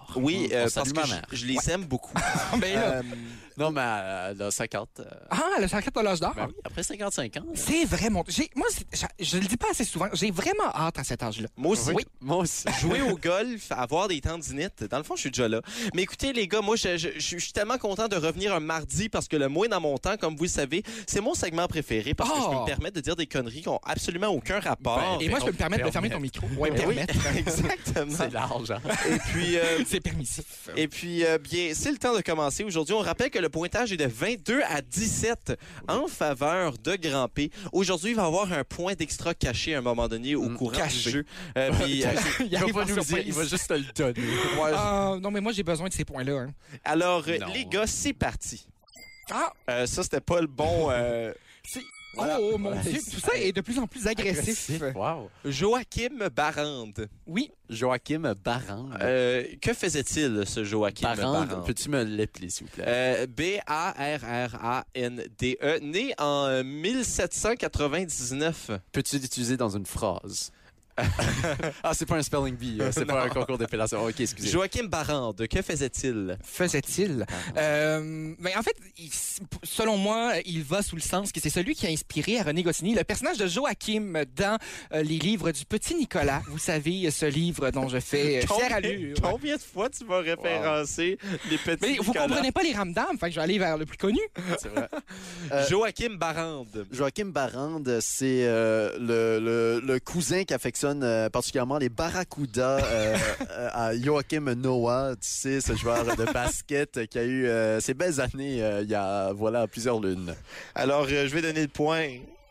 fort. Oui, euh, On salue parce que ma mère. je, je les aime beaucoup. Ben là, Euh, Non, mais euh, là, cinquante. euh, ah, le cinquante de l'âge d'or. ben oui, après cinquante-cinq ans. C'est vrai, mon... j'ai- Moi, c'est- je, je le dis pas assez souvent, j'ai vraiment hâte à cet âge-là. moi aussi. Oui. Moi aussi. Jouer au golf, avoir des tendinites, dans le fond, je suis déjà là. Mais écoutez, les gars, moi, je, je- je suis tellement content de revenir un mardi parce que le moins dans mon temps, comme vous le savez, c'est mon segment préféré parce que je peux Oh! me permettre de dire des conneries qui n'ont absolument aucun rapport. Ben, Et moi, je peux me permettre de permettre. fermer ton micro. Ouais, Eh oui, permettre. exactement. C'est large, hein? Et puis, euh, C'est permissif. et puis euh, bien, c'est le temps de commencer. Aujourd'hui, on rappelle que le pointage est de vingt-deux à dix-sept en faveur de Grand P. Aujourd'hui, il va y avoir un point d'extra caché à un moment donné au Mm, courant caché. du jeu. Euh, puis, euh, Il Il va arrive pas en nous le dire, surprise. il va juste te le donner. Ah, non, mais moi, j'ai besoin de ces points-là. hein. alors, euh, Non. les gars, c'est parti. Ah, Euh, ça, c'était pas le bon... euh, c'est... Voilà. Oh, mon Dieu, tout ça est de plus en plus agressif. Wow. Joachim Barrande. Oui, Joachim Barrand. Euh, que faisait-il, ce Joachim Barrand, Barrande? peux-tu me l'appeler, s'il vous plaît? Euh, B A R R A N D E, né en euh, mille sept cent quatre-vingt-dix-neuf. Peux-tu l'utiliser dans une phrase? Ah, c'est pas un spelling bee, euh, c'est pas un concours d'épellation. OK, excusez. Joachim Barrande, que faisait-il? faisait-il? Euh, ben, en fait, il- selon moi, il va sous le sens que c'est celui qui a inspiré à René Goscinny le personnage de Joachim dans euh, les livres du Petit Nicolas. Vous savez, ce livre dont je fais euh, fière allure. Combien de fois tu vas référencer les petits Mais vous Nicolas? comprenez pas les ramdams, fait que je vais aller vers le plus connu. C'est vrai. Euh, Joachim Barrande. Joachim Barrande, c'est euh, le, le, le cousin qui affectionne euh, particulièrement les Barracuda euh, euh, à Joachim Noah, tu sais, ce joueur de basket qui a eu euh, ses belles années euh, il y a voilà plusieurs lunes. Alors, euh, je vais donner le point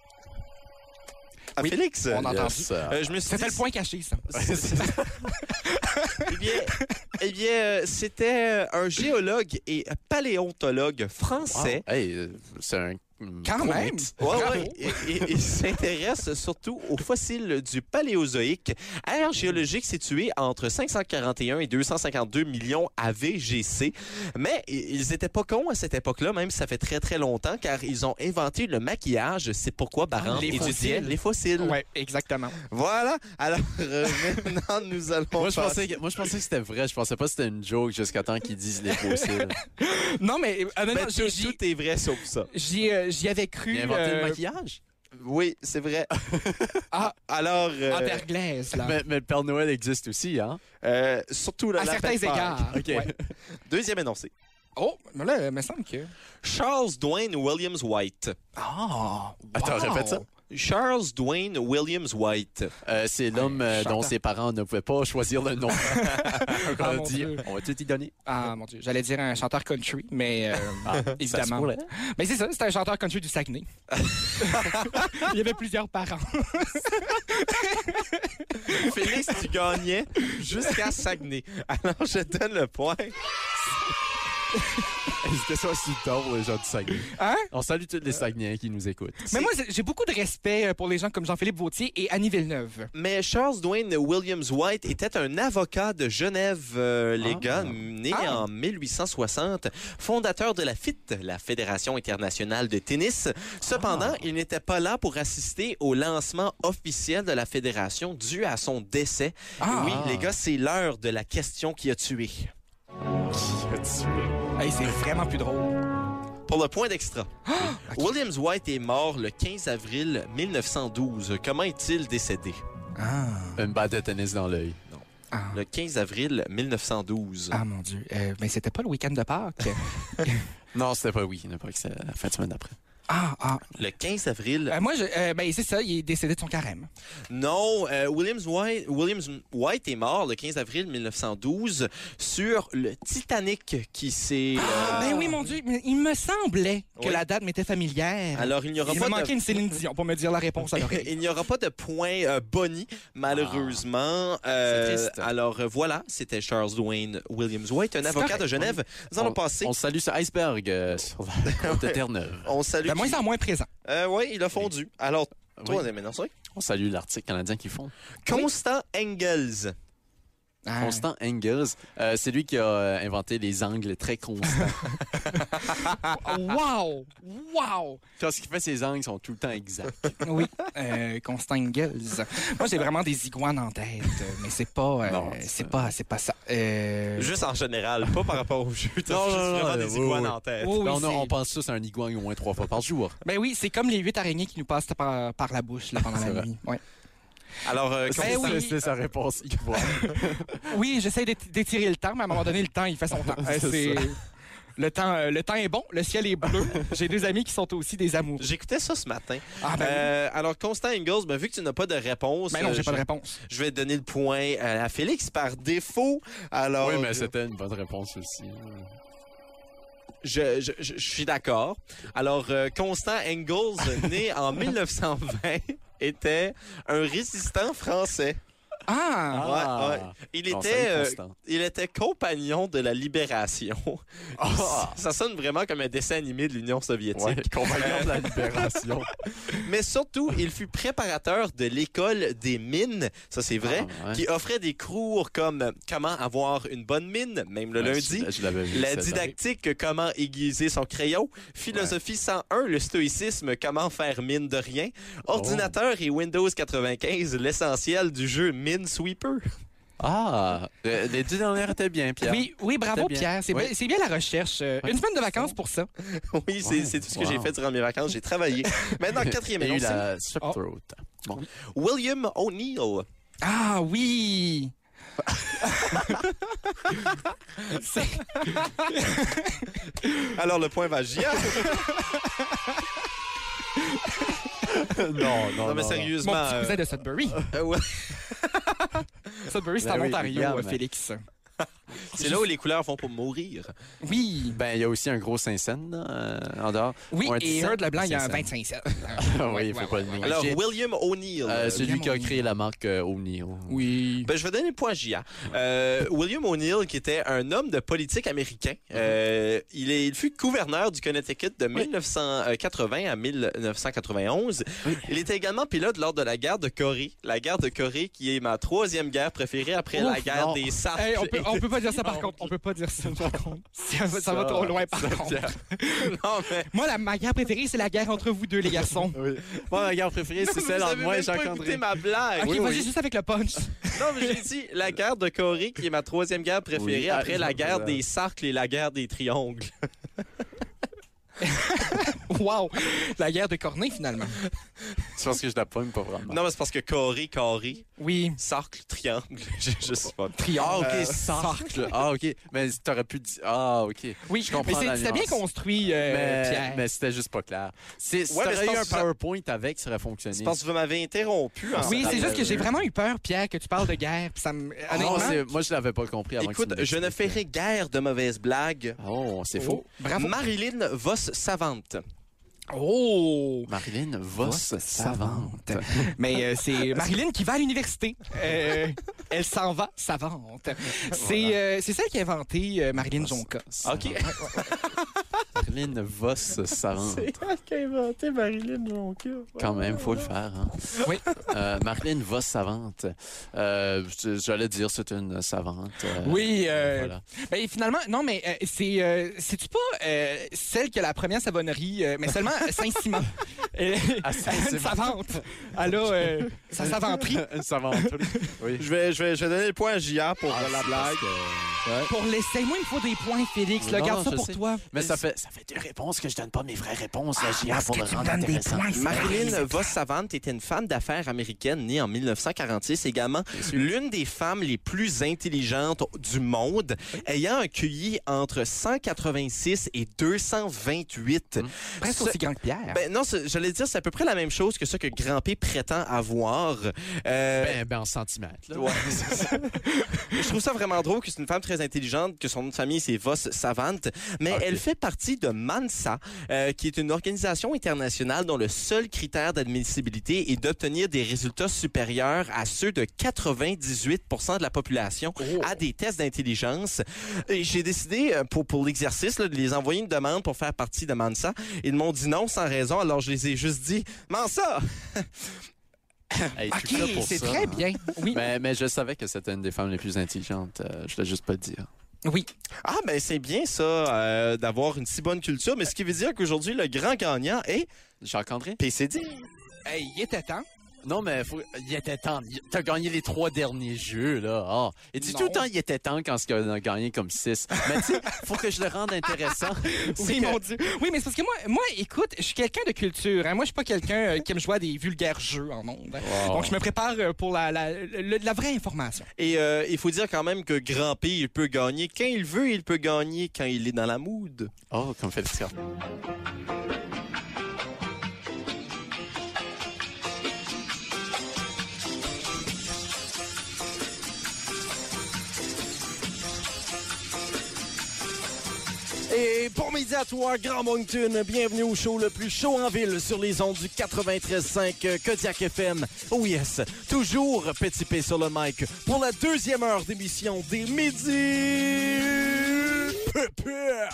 à Oui, Félix. on a entendu. Yes. Euh, je me suis C'était dit... le point caché, ça. Eh bien, eh bien euh, c'était un géologue et paléontologue français. Wow. Hey, euh, c'est un Quand gros même. mythe. Ouais, Bravo. ouais. Et, et- il s'intéresse surtout aux fossiles du Paléozoïque, ère géologique située entre cinq cent quarante et un et deux cent cinquante-deux millions A V G C. Mais i- ils étaient pas cons à cette époque-là, même si ça fait très très longtemps, car ils ont inventé le maquillage. C'est pourquoi Barrand Ah, les étudiait fossiles. les fossiles. Ouais, exactement. Voilà. Alors euh, maintenant, nous allons Moi je, passer- pensais que, moi, je pensais que c'était vrai. Je pensais pas que c'était une joke jusqu'à temps qu'ils disent les fossiles. Non, mais euh, honnêtement, Ben, j'y- tout, j'y tout est vrai sauf ça. j'y, euh, j'y avais cru. Il a inventé euh, le maquillage. Oui, c'est vrai. Ah, Alors, euh, en verglaise, là. Mais, mais le Père Noël existe aussi, hein? euh, surtout le À lapin certains de Pâques. égards. OK. Ouais. Deuxième énoncé. Oh, mais là, il me semble que... Charles Dwayne Williams White. Ah! Attends, wow. répète ça. Charles Dwayne Williams White. Euh, c'est l'homme euh, dont chantant. ses parents ne pouvaient pas choisir le nom. on Ah, a mon dit, Dieu. on va tout y donner. Ah, mon Dieu. J'allais dire un chanteur country, mais euh, Ça se évidemment. pourrait. Mais c'est ça, c'était un chanteur country du Saguenay. Il y avait plusieurs parents. Félix, tu gagnais jusqu'à Saguenay. Alors, je donne le point. Est-ce que ça aussi tard pour les gens du Saguenay? Hein? On salue tous les Saguenayens qui nous écoutent. Mais moi, j'ai beaucoup de respect pour les gens comme Jean-Philippe Vautier et Annie Villeneuve. Mais Charles Dwayne Williams White était un avocat de Genève, euh, les Ah. gars, né Ah. en mille huit cent soixante, fondateur de la F I T, la Fédération internationale de tennis. Cependant, Ah. il n'était pas là pour assister au lancement officiel de la fédération dû à son décès. Ah. Oui, les gars, c'est l'heure de la question qui a tué. Hey, c'est vraiment plus drôle. Pour le point d'extra, Williams White est mort le quinze avril mille neuf cent douze. Comment est-il décédé? Ah. Une balle de tennis dans l'œil. Ah. Le quinze avril mille neuf cent douze. Ah, mon Dieu. Euh, mais c'était pas le week-end de Pâques. Non, c'était pas oui. Pas que c'est la fin de semaine après. Ah, ah. Le quinze avril. Euh, moi, je, euh, ben, c'est ça, il est décédé de son carême. Non, euh, Williams White, Williams White est mort le quinze avril mille neuf cent douze sur le Titanic qui s'est... euh, Ben oui, mon Dieu, mais il me semblait que Oui. la date m'était familière. Alors, il n'y aura il pas me de... manquait une Céline Dion pour me dire la réponse à l'oreille. Il n'y aura pas de point euh, Bonnie, malheureusement. Euh, C'est triste. alors, euh, voilà, c'était Charles Dwayne Williams White, un avocat correct. de Genève. Nous allons on, passer... On salue ce iceberg euh, sur la côte de Terre-Neuve. On salue... De moins en moins présent. Euh, oui, il a fondu. Alors, Oui. troisième énoncé. On salue l'Arctique canadien qui font. Constant Engels. Ah. Constant Engels, euh, c'est lui qui a euh, inventé les angles très constants. Wow! Wow! Quand ce qui fait, ses angles sont tout le temps exacts. Oui, euh, Constant Engels. Moi, j'ai vraiment des iguanes en tête, mais c'est pas, euh, Non, c'est c'est- pas, c'est pas ça. Euh... Juste en général, pas par rapport au jeu. T'as Non, juste non, non, vraiment non, des oui, iguanes oui. en tête. Oh, oui, Là, on, a- c'est- on pense tous à un iguane au moins trois fois par jour. Ben oui, c'est comme les huit araignées qui nous passent par, par la bouche là, pendant C'est la vrai. nuit. Ouais. Alors, euh, Ben Constant- oui. C'est sa réponse. Ivoire. Oui, j'essaie d'éti- d'étirer le temps, mais à un moment donné, le temps, il fait son temps. Euh, C'est c'est... Le temps, euh, le temps est bon, le ciel est bleu. J'ai deux amis qui sont aussi des amoureux. J'écoutais ça ce matin. Ah ben, oui. Euh, alors, Constant Engels, ben, vu que tu n'as pas de réponse, Ben non, euh, j'ai pas je, de réponse. je vais donner le point euh, à Félix par défaut. Alors, Oui, mais c'était une bonne réponse aussi. je, je, je, je suis d'accord. Alors, euh, Constant Engels, né en mille neuf cent vingt, était un résistant français. Ah! Ouais, ouais. Il Non, était, salut, euh, Constant. il était compagnon de la libération. Ah! Ça sonne vraiment comme un dessin animé de l'Union soviétique. Ouais, compagnon de la libération. Mais surtout, il fut préparateur de l'école des mines, ça c'est vrai, Ah, ouais. qui offrait des cours comme comment avoir une bonne mine, même le Ouais, lundi. Je, je l'avais vu. La cette didactique, comment aiguiser son crayon. Philosophie cent un, le stoïcisme, comment faire mine de rien. Ordinateur et Windows quatre-vingt-quinze, l'essentiel du jeu Minesweeper. Ah! euh, Les deux dernières étaient bien, Pierre. Oui, oui, bravo C'était bien. Pierre. C'est Oui. bien, c'est bien la recherche. Euh, Oui. Une semaine de vacances pour ça. Oui, c'est c'est tout ce que j'ai Wow. fait durant mes vacances. J'ai travaillé. Maintenant, quatrième Il y a eu énoncé. la strep Oh. throat. Bon. William O'Neill. Ah oui! C'est- Alors, le point va à Gia. non, non, Non, mais Mon sérieusement. petit euh, cousin de Sudbury. euh, ouais. Sudbury, c'est Ben en oui, Ontario, William. euh, Félix. C'est là où les couleurs vont pour mourir. Oui, Ben, il y a aussi un gros Saint-Saëns euh, en dehors. oui, Ouais, et dix-sept, Heard Leblanc, il y a un Saint-Saëns. vingt-cinq cents. oui, il faut pas le négliger. Alors, William O'Neill. Euh, euh, celui William qui a O'Neill. créé la marque euh, O'Neill. Oui. Ben, je vais donner le point à Gia. Euh, William O'Neill, qui était un homme de politique américain, euh, il, est, il fut gouverneur du Connecticut de mille neuf cent quatre-vingts à mille neuf cent quatre-vingt-onze. Oui. Il était également pilote lors de la guerre de Corée. La guerre de Corée, qui est ma troisième guerre préférée après Ouf, la guerre non. des Sarthes. Hey, on, peut, on peut pas dire ça Oh, par contre. On peut pas dire ça par contre. Ça, va- ça va trop loin par contre. Non, mais... Moi, la, ma guerre préférée, c'est la guerre entre vous deux, les garçons. Oui. Moi, ma gare préférée, c'est Vous celle entre avez moi et même pas écouté Jacques-André. ma blague. Ok, Oui, vas-y oui. juste avec le punch. Non, mais j'ai dit la guerre de Corée, qui est ma troisième guerre préférée Oui. après Ah, la je- guerre je- des cercles et la guerre des triangles. Wow! La guerre de Corneille, finalement. C'est parce que je la pomme pas vraiment. Non, mais c'est parce que Corée, carré, Oui. cercle, triangle, je, je sais pas. Triangle. Ah, ok, Euh, cercle. Ah, ok. Mais t'aurais pu dire. Ah, ok. Oui, Je comprends mais c'est- la c'était bien nuance. construit, euh, mais Pierre. mais c'était juste pas clair. C'est, si Ouais, mais t'aurais c'est eu un parce que ça- PowerPoint avec, ça aurait fonctionné. C'est parce que vous m'avez interrompu. en Oui, fait. c'est juste que j'ai euh, vraiment eu peur, Pierre, que tu parles de guerre. Puis ça me... Ah, non, Honnêtement, c'est- moi, je l'avais pas compris avant Écoute, que tu me je ne l'expliques. ferai guère de mauvaises blagues. Oh, c'est faux. bravo. Marilyn Voss savante. Oh! Marilyn Voss Voss savante. Mais euh, c'est Marilyn qui va à l'université. Euh, elle s'en va savante. C'est euh, c'est celle qui a inventé euh, Marilyn Jonca. OK. Marilyn Voss savante. elle qui a inventé Marilyn Jonca. Quand même, faut le faire. Hein. Oui. Euh, Marilyn Voss savante. Euh, je- J'allais dire c'est une savante. euh, Oui, euh, Voilà. ben, finalement, non, mais euh, c'est euh, c'est-tu pas euh, celle qui a la première savonnerie, euh, mais seulement Saint-Simon? Euh, Ah, Saint-Simon. une savante. Elle a euh, sa savanterie. Une savante. Oui. Je vais, je, vais, je vais donner le point à J A pour Ah, euh, la c'est blague. parce que- ouais. Pour l'essai, moi, il me faut des points, Félix. Là, Non, garde non, ça je pour sais. toi. Mais ça fait, ça fait deux réponses que je donne pas mes vraies réponses, là, J A, parce pour que le tu me rendre donnes des intéressant. points. Marilyn Voss savante était une femme d'affaires américaine née en mille neuf cent quarante-six, également l'une des femmes les plus intelligentes du monde, ayant accueilli entre cent quatre-vingt-six et deux cent vingt-huit. Presque Ce- aussi grand que Pierre. Ben non, c'est- j'allais dire, c'est à peu près la même chose que ça que Grand P prétend avoir. Euh, Ben, ben, en centimètres. Là. Ouais, c'est ça. Je trouve ça vraiment drôle que c'est une femme très intelligente, que son nom de famille c'est Voss Savante, mais Ok. elle fait partie de MANSA, euh, qui est une organisation internationale dont le seul critère d'admissibilité est d'obtenir des résultats supérieurs à ceux de quatre-vingt-dix-huit pour cent de la population à des tests d'intelligence. Et j'ai décidé, euh, pour, pour l'exercice, là, de les envoyer une demande pour faire partie de MANSA. Ils m'ont dit non sans raison, alors je les ai juste dit « MANSA! » Hey, tout OK, ça pour c'est ça, très hein. bien. Oui, Mais, mais je savais que c'était une des femmes les plus intelligentes. Euh, je voulais juste pas le dire. oui. Ah, ben c'est bien ça, euh, d'avoir une si bonne culture, mais ce qui veut dire qu'aujourd'hui, le grand gagnant est Jacques-André? P C D. Hey, il était temps. Non, mais faut... il était temps. T'as gagné les trois derniers jeux, là. Ah. Et dis Non. tout le temps, il était temps quand on a gagné comme six. Mais tu sais, faut que je le rende intéressant. C'est Oui, que- mon Dieu. Oui, mais c'est parce que moi, moi écoute, je suis quelqu'un de culture. Hein. Moi, je suis pas quelqu'un euh, qui aime jouer à des vulgaires jeux en ondes. Wow. Donc, je me prépare euh, pour la, la, la, la vraie information. Et euh, il faut dire quand même que Grand P, il peut gagner quand il veut, il peut gagner quand il est dans la mood. Oh, comme Félicien. Et bon midi à toi, Grand Moncton. Bienvenue au show le plus chaud en ville sur les ondes du quatre-vingt-treize cinq Kodiak F M. Oh yes, toujours Petit P sur le mic pour la deuxième heure d'émission des Midi Pépé.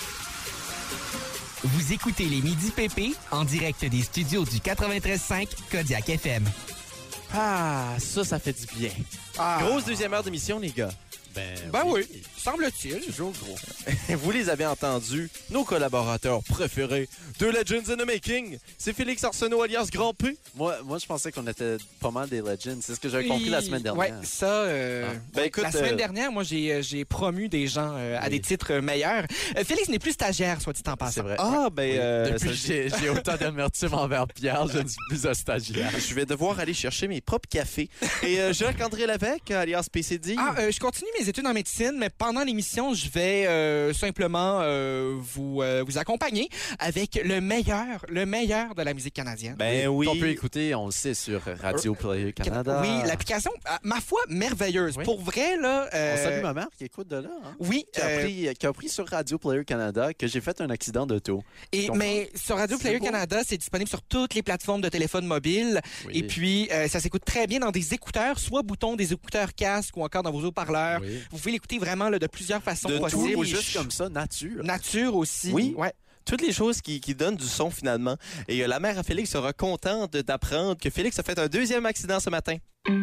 Vous écoutez les Midi P P en direct des studios du quatre-vingt-treize cinq Kodiak F M. Ah, ça, ça fait du bien. Ah. Grosse deuxième heure d'émission, les gars. Ben, Ben oui, semble-t-il. Toujours gros. Vous les avez entendus, nos collaborateurs préférés de Legends in the Making. C'est Félix Arsenault alias Grand P. Moi, moi, je pensais qu'on était pas mal des Legends. C'est ce que j'avais compris la semaine dernière. Oui, ça. euh, Ah. Ben, écoute, la semaine euh, dernière, moi, j'ai euh, j'ai promu des gens euh, à Oui. des titres euh, meilleurs. Euh, Félix n'est plus stagiaire, soit dit en passant. C'est vrai. Ah, ben... Oui. euh, Depuis ça- que j'ai j'ai autant d'amertume envers Pierre, je ne suis plus un stagiaire. je vais devoir aller chercher mes propres cafés. Et euh, Jacques-André Lévesque, alias P C D. Ah, euh, je continue mes études en médecine, mais pendant l'émission, je vais euh, simplement euh, vous, euh, vous accompagner avec le meilleur, le meilleur de la musique canadienne. ben oui. On peut écouter, on le sait, sur Radio Player Canada. Oui, l'application, à ma foi, merveilleuse. Oui. Pour vrai, là... euh, On salue ma mère qui écoute de là. Hein? Oui, Qui, a euh, appris, qui a appris sur Radio Player Canada que j'ai fait un accident d'auto. et, comprends. mais sur Radio C'est Player beau. Canada, c'est disponible sur toutes les plateformes de téléphone mobile. Oui. Et puis, euh, ça s'écoute très bien dans des écouteurs, soit boutons des écouteurs casque ou encore dans vos haut-parleurs. Oui. Vous pouvez l'écouter vraiment là, de plusieurs façons De tout possibles. Ou juste comme ça, nature. Nature aussi. Oui. Ouais. Toutes les choses qui, qui donnent du son, finalement. Et euh, la mère à Félix sera contente d'apprendre que Félix a fait un deuxième accident ce matin.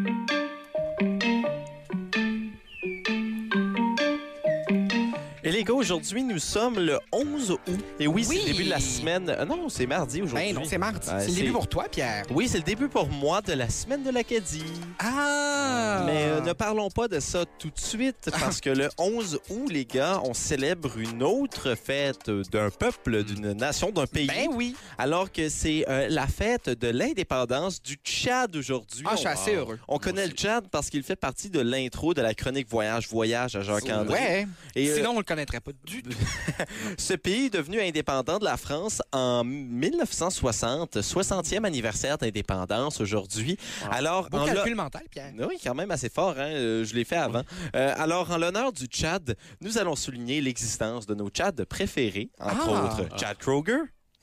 Et les gars, aujourd'hui, nous sommes le onze août. Et oui, c'est Oui. le début de la semaine. euh, non, c'est mardi aujourd'hui. Ben non, c'est mardi. Ouais, c'est le c'est- début pour toi, Pierre. Oui, c'est le début pour moi de la semaine de l'Acadie. Ah! Mais euh, ne parlons pas de ça tout de suite, parce que le onze août, les gars, on célèbre une autre fête d'un peuple, d'une nation, d'un pays. Ben oui. Alors que c'est euh, la fête de l'indépendance du Tchad aujourd'hui. Ah, je suis On- assez heureux. On connaît le Tchad parce qu'il fait partie de l'intro de la chronique Voyage Voyage à Jacques-André. Ouais. Et euh, Sinon, on le connaîtrait pas du tout. ce pays est devenu indépendant de la France en mille neuf cent soixante, soixantième anniversaire d'indépendance aujourd'hui. Alors, Beau en calcul lo- mental, Pierre. Oui, quand même assez fort, hein? euh, je l'ai fait avant. Euh, alors, en l'honneur du Tchad, nous allons souligner l'existence de nos Tchads préférés, entre Ah. autres Chad Kroger,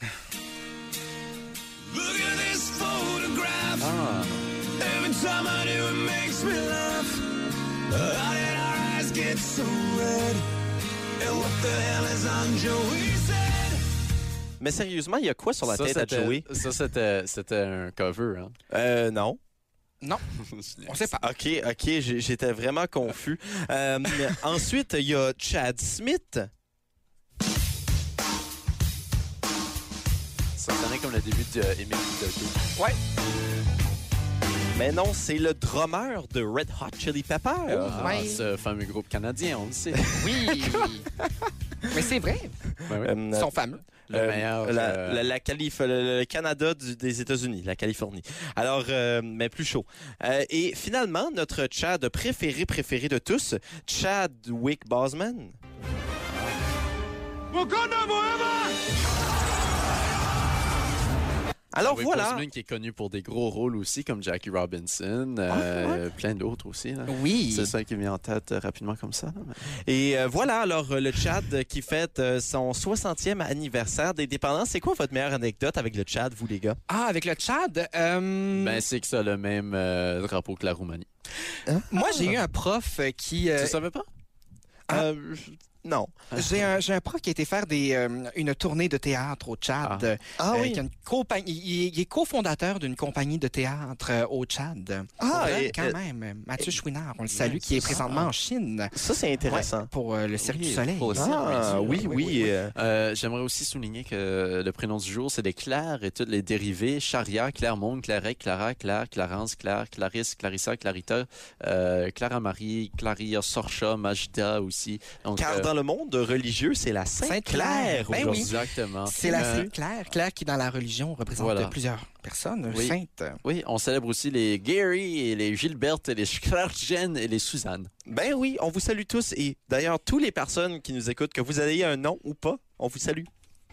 Look at this photograph. Ah. Every time I do, it makes me laugh. How did our eyes get so red? And what the hell is on Joey's head? mais sérieusement, il y a quoi sur la Ça, tête à c'était- Joey? Ça, c'était c'était un cover. Hein? Euh, non. Non, on sait pas. OK, OK, j'ai- j'étais vraiment confus. Euh, ensuite, il y a Chad Smith. Ça sonnait comme le début d'Emile Hidalgo. Ouais. Mais non, c'est le drummer de Red Hot Chili Peppers. Ah, ouais. ce fameux groupe canadien, on le sait. Oui. Mais c'est vrai. Ben oui. Euh, Ils sont fameux. Le Euh, meilleur. La, euh, la- la Calif- le, le Canada du- des États-Unis, la Californie. Alors, euh, mais plus chaud. Euh, et finalement, notre Chad préféré, préféré de tous, Chadwick Boseman. Alors Chadwick voilà. Boseman qui est connu pour des gros rôles aussi, comme Jackie Robinson, euh, plein d'autres aussi. là. Oui. C'est ça qui me vient en tête euh, rapidement comme ça. là, mais- Et euh, voilà, alors euh, le Tchad qui fête euh, son soixantième anniversaire d'indépendance. C'est quoi votre meilleure anecdote avec le Tchad, vous les gars? Ah, avec le Tchad, euh, Ben, c'est que ça a le même euh, drapeau que la Roumanie. moi, j'ai eu un prof euh, qui... euh, Tu savais pas? Euh, Non. J'ai un, j'ai un prof qui a été faire des, euh, une tournée de théâtre au Tchad. Ah Euh, oui. qui a une compagnie, il, il est cofondateur d'une compagnie de théâtre euh, au Tchad. Ah, Ouais, et- quand euh, même. Mathieu Chouinard, on le salue, qui est présentement en Chine Ça, c'est intéressant. ouais, pour euh, le Cirque Oui, du Soleil. pour le Cirque Ah, du oui, oui. oui, euh, Euh, J'aimerais aussi souligner que le prénom du jour, c'est des Claires et toutes les dérivés. Charia, Claire-Monde, Claret, Clara, Claire, Clarence, Claire, Clarisse, Clarissa, Clarita, euh, Clara-Marie, Claria, Sorcha, Majda aussi. Donc, Car euh, dans le monde religieux, c'est la Sainte-Claire Sainte-Claire. Ben aujourd'hui. oui. Exactement. C'est la Euh, Sainte Claire. Claire qui, dans la religion, représente Voilà. plusieurs personnes Oui. saintes. Oui, on célèbre aussi les Gary et les Gilberte et les Schlargen et les Suzanne. Ben oui, on vous salue tous. Et d'ailleurs, toutes les personnes qui nous écoutent, que vous ayez un nom ou pas, on vous salue.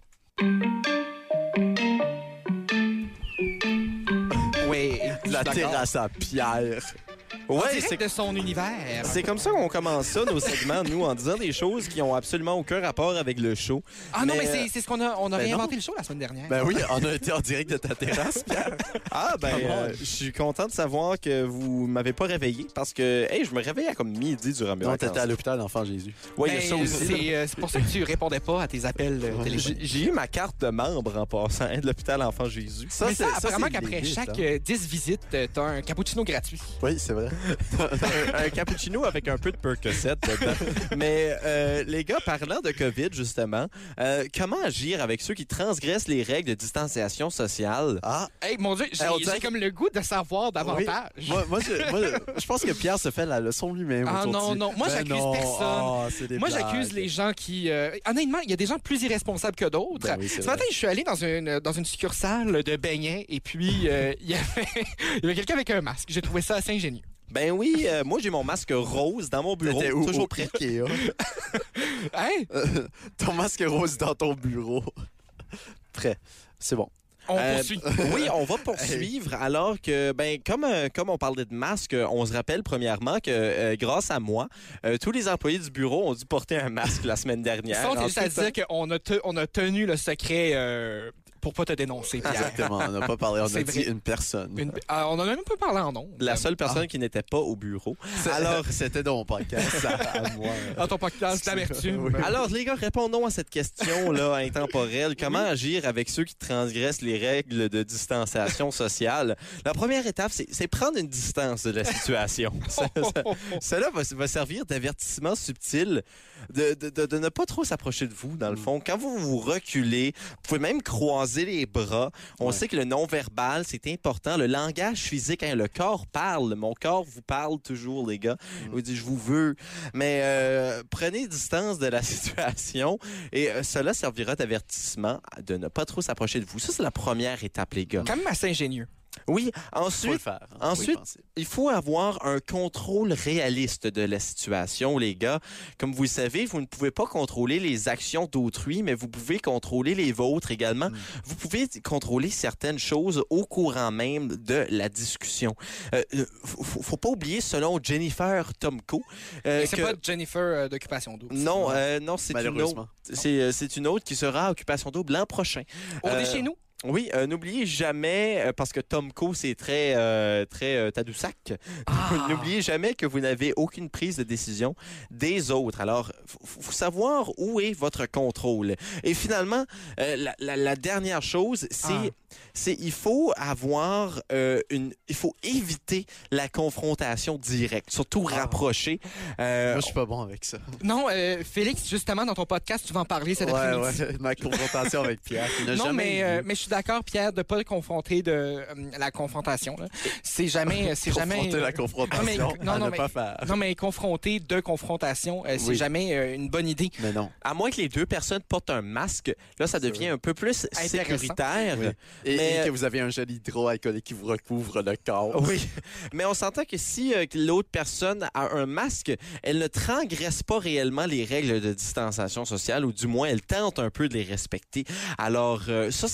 Oui, La terrasse à pierre. Ouais, Ouais, c'est de son univers. C'est comme ça qu'on commence ça, nos segments, nous, en disant des choses qui ont absolument aucun rapport avec le show. Ah non, Mais, mais euh, c'est c'est ce qu'on a, on a ben réinventé le show la semaine dernière. Ben oui, on a été en direct de ta terrasse, Pierre. Ah, ben, euh, je suis content de savoir que vous m'avez pas réveillé parce que, hey, je me réveille à comme midi durant mes Non, vacances. t'étais à l'hôpital, enfant Jésus. Ouais, il y a Ben, ça aussi. C'est euh, c'est pour ça que tu répondais pas à tes appels euh, J'ai téléphoniques. j'ai eu ma carte de membre en passant hein, de l'hôpital Enfant Jésus. Mais ça, c'est- apparemment c'est qu'après limite, chaque hein. euh, dix visites, euh, t'as un cappuccino gratuit. Oui, c'est vrai. un, un cappuccino avec un peu de Percocet dedans. Mais euh, les gars, parlant de COVID, justement, euh, comment agir avec ceux qui transgressent les règles de distanciation sociale? Ah, Hey, mon Dieu, j'ai Hey, on dirait j'ai comme le goût de savoir davantage. moi, moi, je, moi, je pense que Pierre se fait la leçon lui-même. Ah aujourd'hui. non, non, moi, Ben j'accuse non. personne. Ah, c'est des Moi, blagues. j'accuse les gens qui... euh, honnêtement, il y a des gens plus irresponsables que d'autres. Ben oui, c'est Ce vrai. matin, je suis allé dans une, dans une succursale de beignets et puis euh, il y avait, il y avait quelqu'un avec un masque. J'ai trouvé ça assez ingénieux. Ben oui, euh, moi j'ai mon masque rose dans mon bureau, T'étais où? toujours Au prêt. Ikea. Hein? Ton masque rose dans ton bureau. Prêt. C'est bon. On Euh, poursuit. Oui, on va poursuivre alors que, ben, comme, euh, comme on parlait de masque, on se rappelle premièrement que euh, grâce à moi, euh, tous les employés du bureau ont dû porter un masque la semaine dernière. Ça, on est juste à Ensuite, dire qu'on a, te- on a tenu le secret euh, pour pas te dénoncer, Pierre. Exactement. On n'a pas parlé. On a C'est dit vrai. une personne. Une- ah, on en a même pas parlé en nom. la seule personne qui n'était pas au bureau. Alors, c'était dans mon podcast à, à moi. Dans ton podcast d'amertume. Oui. Alors, les gars, répondons à cette question-là intemporelle. Comment agir avec ceux qui transgressent les règles de distanciation sociale? La première étape, c'est c'est prendre une distance de la situation. Ça- ça- Cela va, va servir d'avertissement subtil de, de, de, de ne pas trop s'approcher de vous, dans le fond. Quand vous vous reculez, vous pouvez même croiser les bras. On Ouais. sait que le non-verbal, c'est important. Le langage physique, hein, le corps parle. Mon corps vous parle toujours, les gars. Il vous dit, je vous veux. Mais euh, prenez distance de la situation et euh, cela servira d'avertissement de ne pas trop s'approcher de vous. Ça, c'est la première étape, les gars. Quand même assez ingénieux. Oui, Faut le ensuite, faire. hein. ensuite- Faut y penser. il faut avoir un contrôle réaliste de la situation, les gars. Comme vous le savez, vous ne pouvez pas contrôler les actions d'autrui, mais vous pouvez contrôler les vôtres également. Mm. Vous pouvez contrôler certaines choses au courant même de la discussion. Euh, euh, faut, faut- faut pas oublier, selon Jennifer Tomko, euh, Et c'est que- pas Jennifer euh, d'Occupation Double. non, euh, non, c'est une autre. Malheureusement. C'est euh, c'est une autre qui sera à Occupation Double l'an prochain. On Euh, est chez nous. Oui, euh, n'oubliez jamais, euh, parce que Tomko, c'est très, euh, très euh, Tadoussac, n'oubliez jamais que vous n'avez aucune prise de décision des autres. Alors, il faut savoir où est votre contrôle. Et finalement, euh, la, la- la dernière chose, c'est Ah. c'est il faut avoir euh, une... Il faut éviter la confrontation directe, surtout Ah. rapprocher. Euh, Moi, je suis pas bon avec ça. Non, euh, Félix, justement, dans ton podcast, tu vas en parler cet Ouais, après-midi. ouais, ma confrontation avec Pierre. qui n'a Non, jamais mais, eu euh, lieu. mais je suis d'accord, Pierre, de ne pas le confronter de euh, la confrontation. là. C'est jamais... C'est jamais Confronter la euh, confrontation, non, mais- non, à non, ne mais- pas faire. non, mais confronter de confrontation, euh, c'est Oui. jamais euh, une bonne idée. Mais non. à moins que les deux personnes portent un masque, là, ça devient un peu plus Intéressant. sécuritaire. Oui. Et, Mais- et que vous avez un gel hydroalcoolique qui vous recouvre le corps. Oui, mais on s'entend que si euh, que l'autre personne a un masque, elle ne transgresse pas réellement les règles de distanciation sociale, ou du moins, elle tente un peu de les respecter. Alors, euh, ça, ça aide beaucoup.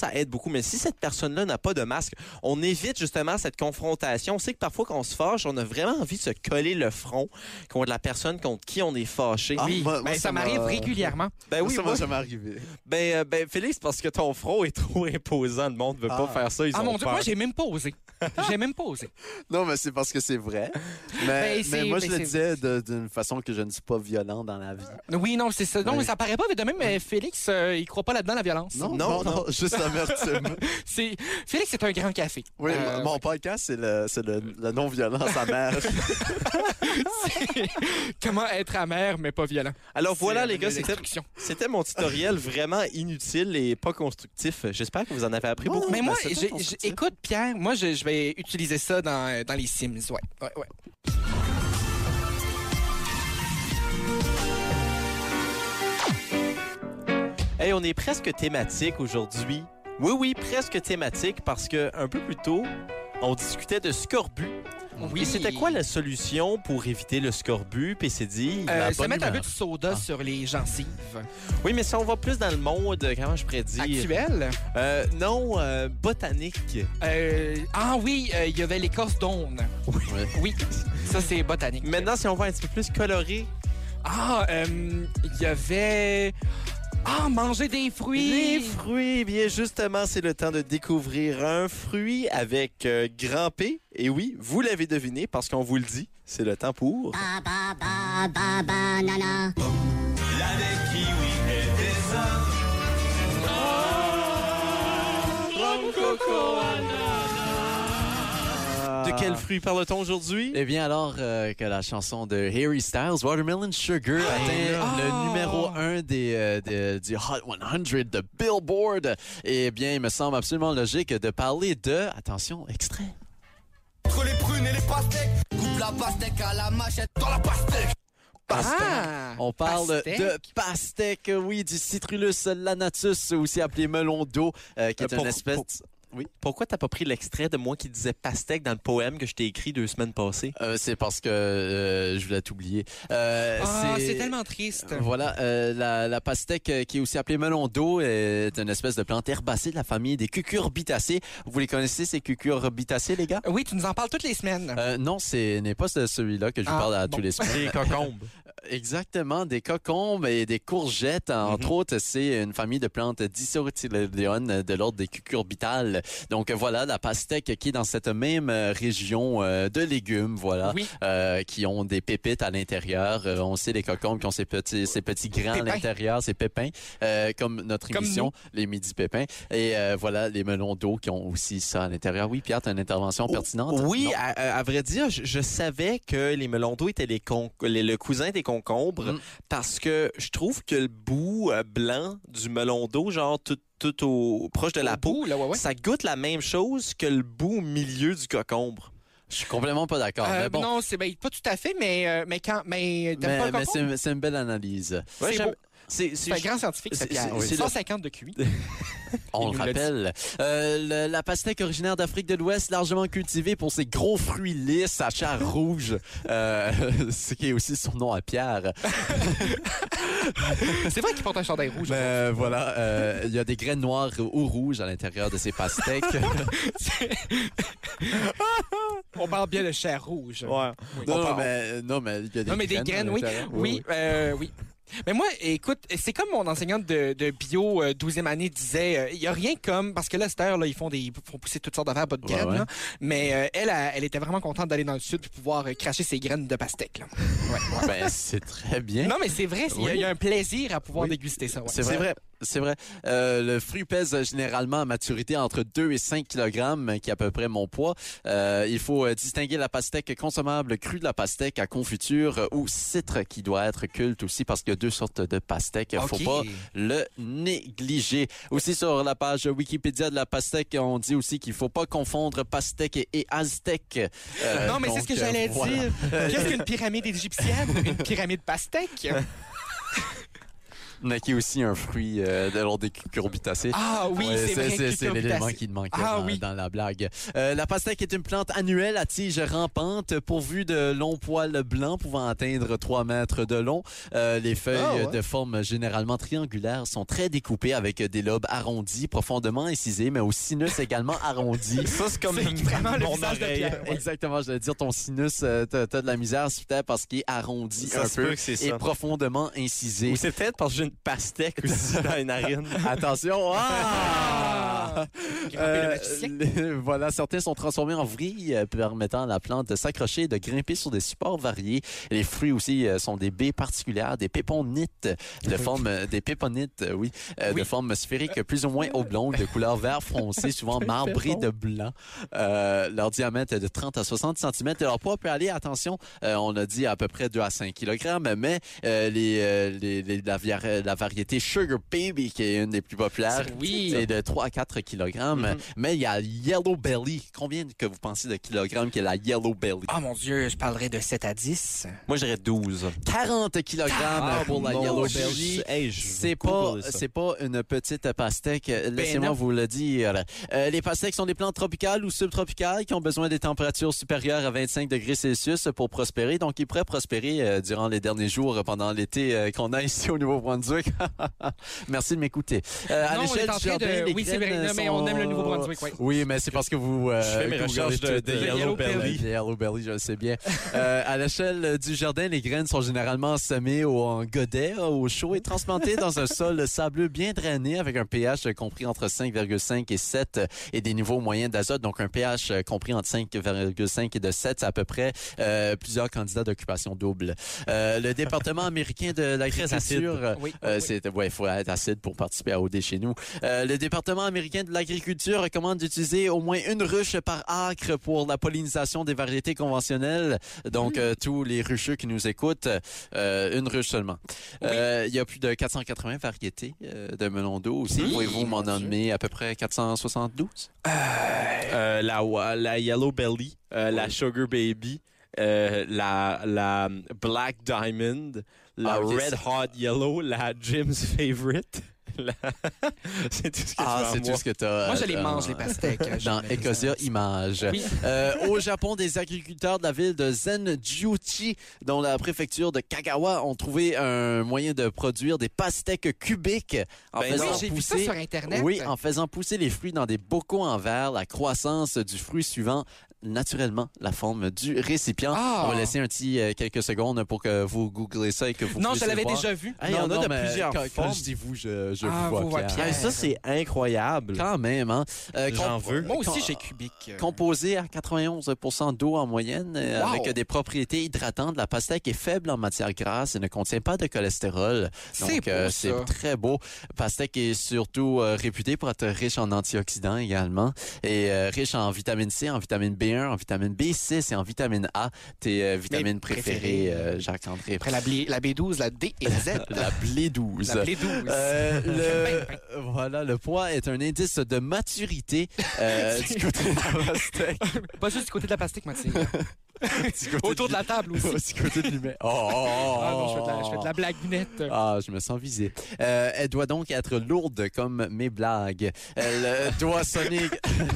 beaucoup. Mais si cette personne-là n'a pas de masque, on évite justement cette confrontation. On sait que parfois, quand on se fâche, on a vraiment envie de se coller le front contre la personne contre qui on est fâché. Ah, Oui, moi- ben, moi, ça, ça m'arrive m'a- régulièrement. Ben oui, ça moi, m'a jamais arrivé. ben, euh, ben Félix, parce que ton front est trop imposant. Le monde ne veut Ah. pas faire ça. Ils Ah ont mon Dieu, peur. moi, j'ai même pas osé. J'ai même pas osé. Non, mais c'est parce que c'est vrai. Mais, Ben, mais c'est- moi, ben, je le c'est- disais de- d'une façon que je ne suis pas violent dans la vie. Oui, non, c'est ça. Non, Oui. mais ça paraît pas. Mais de même, euh, Félix, euh, il croit pas là-dedans, la violence. Non, Non, non, non, non. juste l'amertume. C'est... Félix, c'est un grand café. Oui, Euh, mon podcast, c'est le, c'est le, la non-violence amère. c'est comment être amer, mais pas violent. Alors voilà, C'est, les euh, gars, c'était, l'instruction. c'était mon tutoriel vraiment inutile et pas constructif. J'espère que vous en avez appris Non, beaucoup. Mais ben, moi, c'était j'ai- constructif. j'ai- écoute, Pierre, moi, je, je vais utiliser ça dans, dans les Sims. Ouais, ouais, ouais. Hey, on est presque thématique aujourd'hui. Oui, oui, presque thématique parce que un peu plus tôt, on discutait de scorbut. Oui. Et c'était quoi la solution pour éviter le scorbut? Puis c'est dit, Euh, la se bonne mettre un peu humeur. de soda Ah. sur les gencives. Oui, mais si on va plus dans le monde, comment je pourrais dire? Actuelles. Euh, non, euh, botanique. Euh, ah oui, euh, il y avait l'écorce d'aune. Oui. Oui, ça c'est botanique. Maintenant, si on va un petit peu plus coloré, Ah, euh, il y avait... Ah, manger des fruits. les fruits, bien justement, c'est le temps de découvrir un fruit avec euh, grand P. Et oui, vous l'avez deviné parce qu'on vous le dit, c'est le temps pour... Ba ba ba ba banana. La des kiwis et des hommes. De quel fruit parle-t-on aujourd'hui? Eh bien, alors euh, que la chanson de Harry Styles, Watermelon Sugar, atteint Ah. le numéro un des, euh, des- du Hot cent de Billboard, eh bien, il me semble absolument logique de parler de... Attention, extrait. Entre les prunes et les pastèques. Coupe la pastèque à la machette dans la pastèque. Ah, On parle pastèque. de pastèque, oui, du Citrullus lanatus, aussi appelé melon d'eau, euh, qui est Euh, pour- une espèce... pour- Pourquoi t'as pas pris l'extrait de moi qui disait pastèque dans le poème que je t'ai écrit deux semaines passées? Euh, c'est parce que euh, je voulais t'oublier. Euh, Ah, c'est tellement triste. Voilà, euh, la, la pastèque, euh, qui est aussi appelée melon d'eau, est une espèce de plante herbacée de la famille des cucurbitacées. Vous les connaissez, ces cucurbitacées, les gars? Oui, tu nous en parles toutes les semaines. Euh, non, ce n'est pas de celui-là que je vous Ah, parle à bon. tous les semaines. Des cocombes. Exactement, des cocombes et des courgettes. Entre autres, c'est une famille de plantes dicotylédones de l'ordre des cucurbitales. Donc voilà, la pastèque qui est dans cette même euh, région euh, de légumes, voilà, Oui. euh, qui ont des pépites à l'intérieur. Euh, on sait les cocombes qui ont ces petits, ces petits grains Pépins. à l'intérieur, ces pépins, euh, comme notre Comme émission, les midi pépins. Et euh, voilà, les melons d'eau qui ont aussi ça à l'intérieur. Oui, Pierre, tu as une intervention pertinente? Oui, Non? à, à- à vrai dire, je, je savais que les melons d'eau étaient les con- les- le cousin des concombres Mm. parce que je trouve que le bout euh, blanc du melon d'eau, genre tout, tout au proche de la Au peau, bout, là, ouais, ouais. ça goûte la même chose que le bout au milieu du cocombre. Je suis complètement pas d'accord. Euh, mais bon, Non, c'est ben, pas tout à fait, mais, euh, mais quand. Mais t'aimes mais, pas le mais concombre? c'est c'est une belle analyse. Ouais, C'est j'aime- beau. C'est, C'est un grand scientifique, c'est- c'est Pierre. c'est- c'est cent cinquante de Q I. On Il le nous l'a dit. rappelle. Euh, le- la pastèque originaire d'Afrique de l'Ouest, largement cultivée pour ses gros fruits lisses à chair rouge, euh, ce qui est aussi son nom à Pierre. C'est vrai qu'il porte un chandail rouge. Mais voilà, euh, il y a des graines noires ou rouges à l'intérieur de ces pastèques. On parle bien de chair rouge. Ouais. non, On non, parle- mais, non, mais il y a des Non, mais des graines. graines, à oui. l'intérieur. Oui, euh, oui. Mais moi, écoute, c'est comme mon enseignante de, de bio euh, douzième année disait, il n'y a rien comme, parce que là, à cette heure, là, ils font, des, ils font pousser toutes sortes d'affaires, pas de Ouais, graines, ouais. là. Mais euh, elle, elle, elle était vraiment contente d'aller dans le sud pour pouvoir euh, cracher ses graines de pastèque. Là. Ouais, ouais. Ben, c'est très bien. Non, mais c'est vrai, il y a- Oui. il y, a un plaisir à pouvoir Oui. déguster ça. Ouais. C'est vrai. C'est vrai. Euh, le fruit pèse généralement à maturité entre deux et cinq kilogrammes, qui est à peu près mon poids. Euh, il faut euh, distinguer la pastèque consommable crue de la pastèque à confiture euh, ou citre, qui doit être culte aussi parce qu'il y a deux sortes de pastèques. Il faut Ok. pas le négliger. Aussi sur la page Wikipédia de la pastèque, on dit aussi qu'il faut pas confondre pastèque et, et aztèque. Euh, Non, mais c'est ce que donc, euh, j'allais voilà. dire. Qu'est-ce qu'une pyramide égyptienne? Une pyramide pastèque? Mais qui est aussi un fruit euh, de l'ordre des cucurbitacées. Ah oui, Ouais, c'est vrai. c'est, c'est l'élément cucurbitacées. qui te manquait Ah dans, oui. dans la blague. Euh, la pastèque est une plante annuelle à tige rampante pourvue de longs poils blancs pouvant atteindre trois mètres de long. Euh, les feuilles Ah ouais. de forme généralement triangulaire sont très découpées avec des lobes arrondis, profondément incisés, mais au sinus également arrondi. Ça, c'est comme C'est vraiment le mon visage de oreille. Pierre. Ouais. Exactement, je vais dire ton sinus, euh, t'as, t'as de la misère, c'est peut-être parce qu'il est arrondi Ça un se peut peu que c'est et ça. profondément incisé. Ou c'est peut-être parce que j'ai une pastèque aussi dans les narines. Attention! Ah! Grimper le Euh, magicien. les- voilà, certains sont transformés en vrilles euh, permettant à la plante de s'accrocher et de grimper sur des supports variés. Les fruits aussi euh, sont des baies particulières, des péponites de forme, euh, des péponites, euh, oui, euh, Oui. de forme sphérique plus ou moins oblongue, de couleur vert foncé, souvent marbré de blanc. Euh, leur diamètre est de trente à soixante centimètres et leur poids peut aller, attention, euh, on a dit à peu près deux à cinq kilogrammes, mais euh, les, euh, les, les- la, vi- la variété Sugar Baby, qui est une des plus populaires, Oui. c'est de trois à quatre kilogrammes. Mhm. Mais il y a Yellow Belly. Combien que vous pensez de kilogrammes qu'est la Yellow Belly? Ah mon Dieu, je parlerais de sept à dix. Moi, j'irais douze. quarante kilogrammes Ah, pour la mon Yellow Dieu. Belly. Hey, je C'est vais pas, googler ça. c'est pas une petite pastèque. Laissez-moi non. vous le dire. Euh, les pastèques sont des plantes tropicales ou subtropicales qui ont besoin des températures supérieures à vingt-cinq degrés Celsius pour prospérer. Donc, ils pourraient prospérer euh, durant les derniers jours pendant l'été euh, qu'on a ici au Nouveau-Brunswick. Merci de m'écouter. Euh, à Non, on l'échelle est en du train jardin, de... les Oui, c'est vrai. graines Non, mais on sont- aime le Nouveau-Brunswick, oui. Oui, mais c'est parce que vous... euh, Je fais mes googlez recherches de, tout, de euh, Yellow Belly. de Yellow Belly, je le sais bien. Euh, à l'échelle du jardin, les graines sont généralement semées au, en godet, au chaud et transplantées dans un sol sableux bien drainé avec un pH compris entre cinq virgule cinq et sept et des niveaux moyens d'azote. Donc, un pH compris entre cinq virgule cinq et de sept, c'est à peu près euh, plusieurs candidats d'occupation double. Euh, le département américain de l'agriculture... Oui, Euh, oui. c'est, ouais, il faut être acide pour participer à O D chez nous. Euh, le département américain de l'agriculture recommande d'utiliser au moins une ruche par acre pour la pollinisation des variétés conventionnelles. Donc, euh, tous les rucheux qui nous écoutent, euh, une ruche seulement. Euh, il y a plus de quatre cent quatre-vingts variétés euh, de melons d'eau aussi. Oui, Pouvez-vous m'en mon Dieu. nommer à peu près quatre cent soixante-douze? Euh, la, wa- la Yellow Belly, euh, la Sugar Baby, euh, la, la Black Diamond, la Ah, ok, Red Hot Yellow, la Jim's Favorite. La- c'est tout ce que Ah, tu c'est vois. tout ce que tu as. Moi, je les mange, les pastèques. Dans J'aime les Ecosia pastèques. Images. Oui. Euh, au Japon, des agriculteurs de la ville de Zenjuchi, dans la préfecture de Kagawa, ont trouvé un moyen de produire des pastèques cubiques en Ben faisant Oui, j'ai vu ça pousser. sur Internet. Oui, en faisant pousser les fruits dans des bocaux en verre, la croissance du fruit suivant naturellement la forme du récipient. Ah. On va laisser un petit euh, quelques secondes pour que vous googlez ça et que vous Non, je puissiez l'avais voir. déjà vu. Ah, il y Non, en a non, de mais plusieurs quand- formes. quand je dis vous, je, je Ah, vous vois, vous voyez Pierre. Pierre. Ah, ça, c'est incroyable. Quand même, hein? Euh, J'en comp- veux. Moi aussi, com- j'ai cubique. Composé à quatre-vingt-onze pour cent d'eau en moyenne, euh, Wow. avec des propriétés hydratantes, la pastèque est faible en matière grasse et ne contient pas de cholestérol. C'est Donc, beau, euh, ça. c'est très beau. Pastèque est surtout euh, réputée pour être riche en antioxydants également et euh, riche en vitamine C, en vitamine B un, en vitamine B six et en vitamine A. Tes euh, vitamines Mes préférées, préférées. euh, Jacques-André. Après la, blé- la B douze, la D et la Z. La blé douze. La blé douze. Euh, J'aime le, voilà, le poids est un indice de maturité euh, du côté de la pastèque. Pas juste du côté de la pastèque, Mathieu. Du côté Autour de la table aussi. du côté de l'humain. Oh, oh, oh, Ah non, je fais de la, je oh. fais de la blaguinette. Ah, je me sens visé. Euh, elle doit donc être lourde comme mes blagues. Elle euh, doit sonner...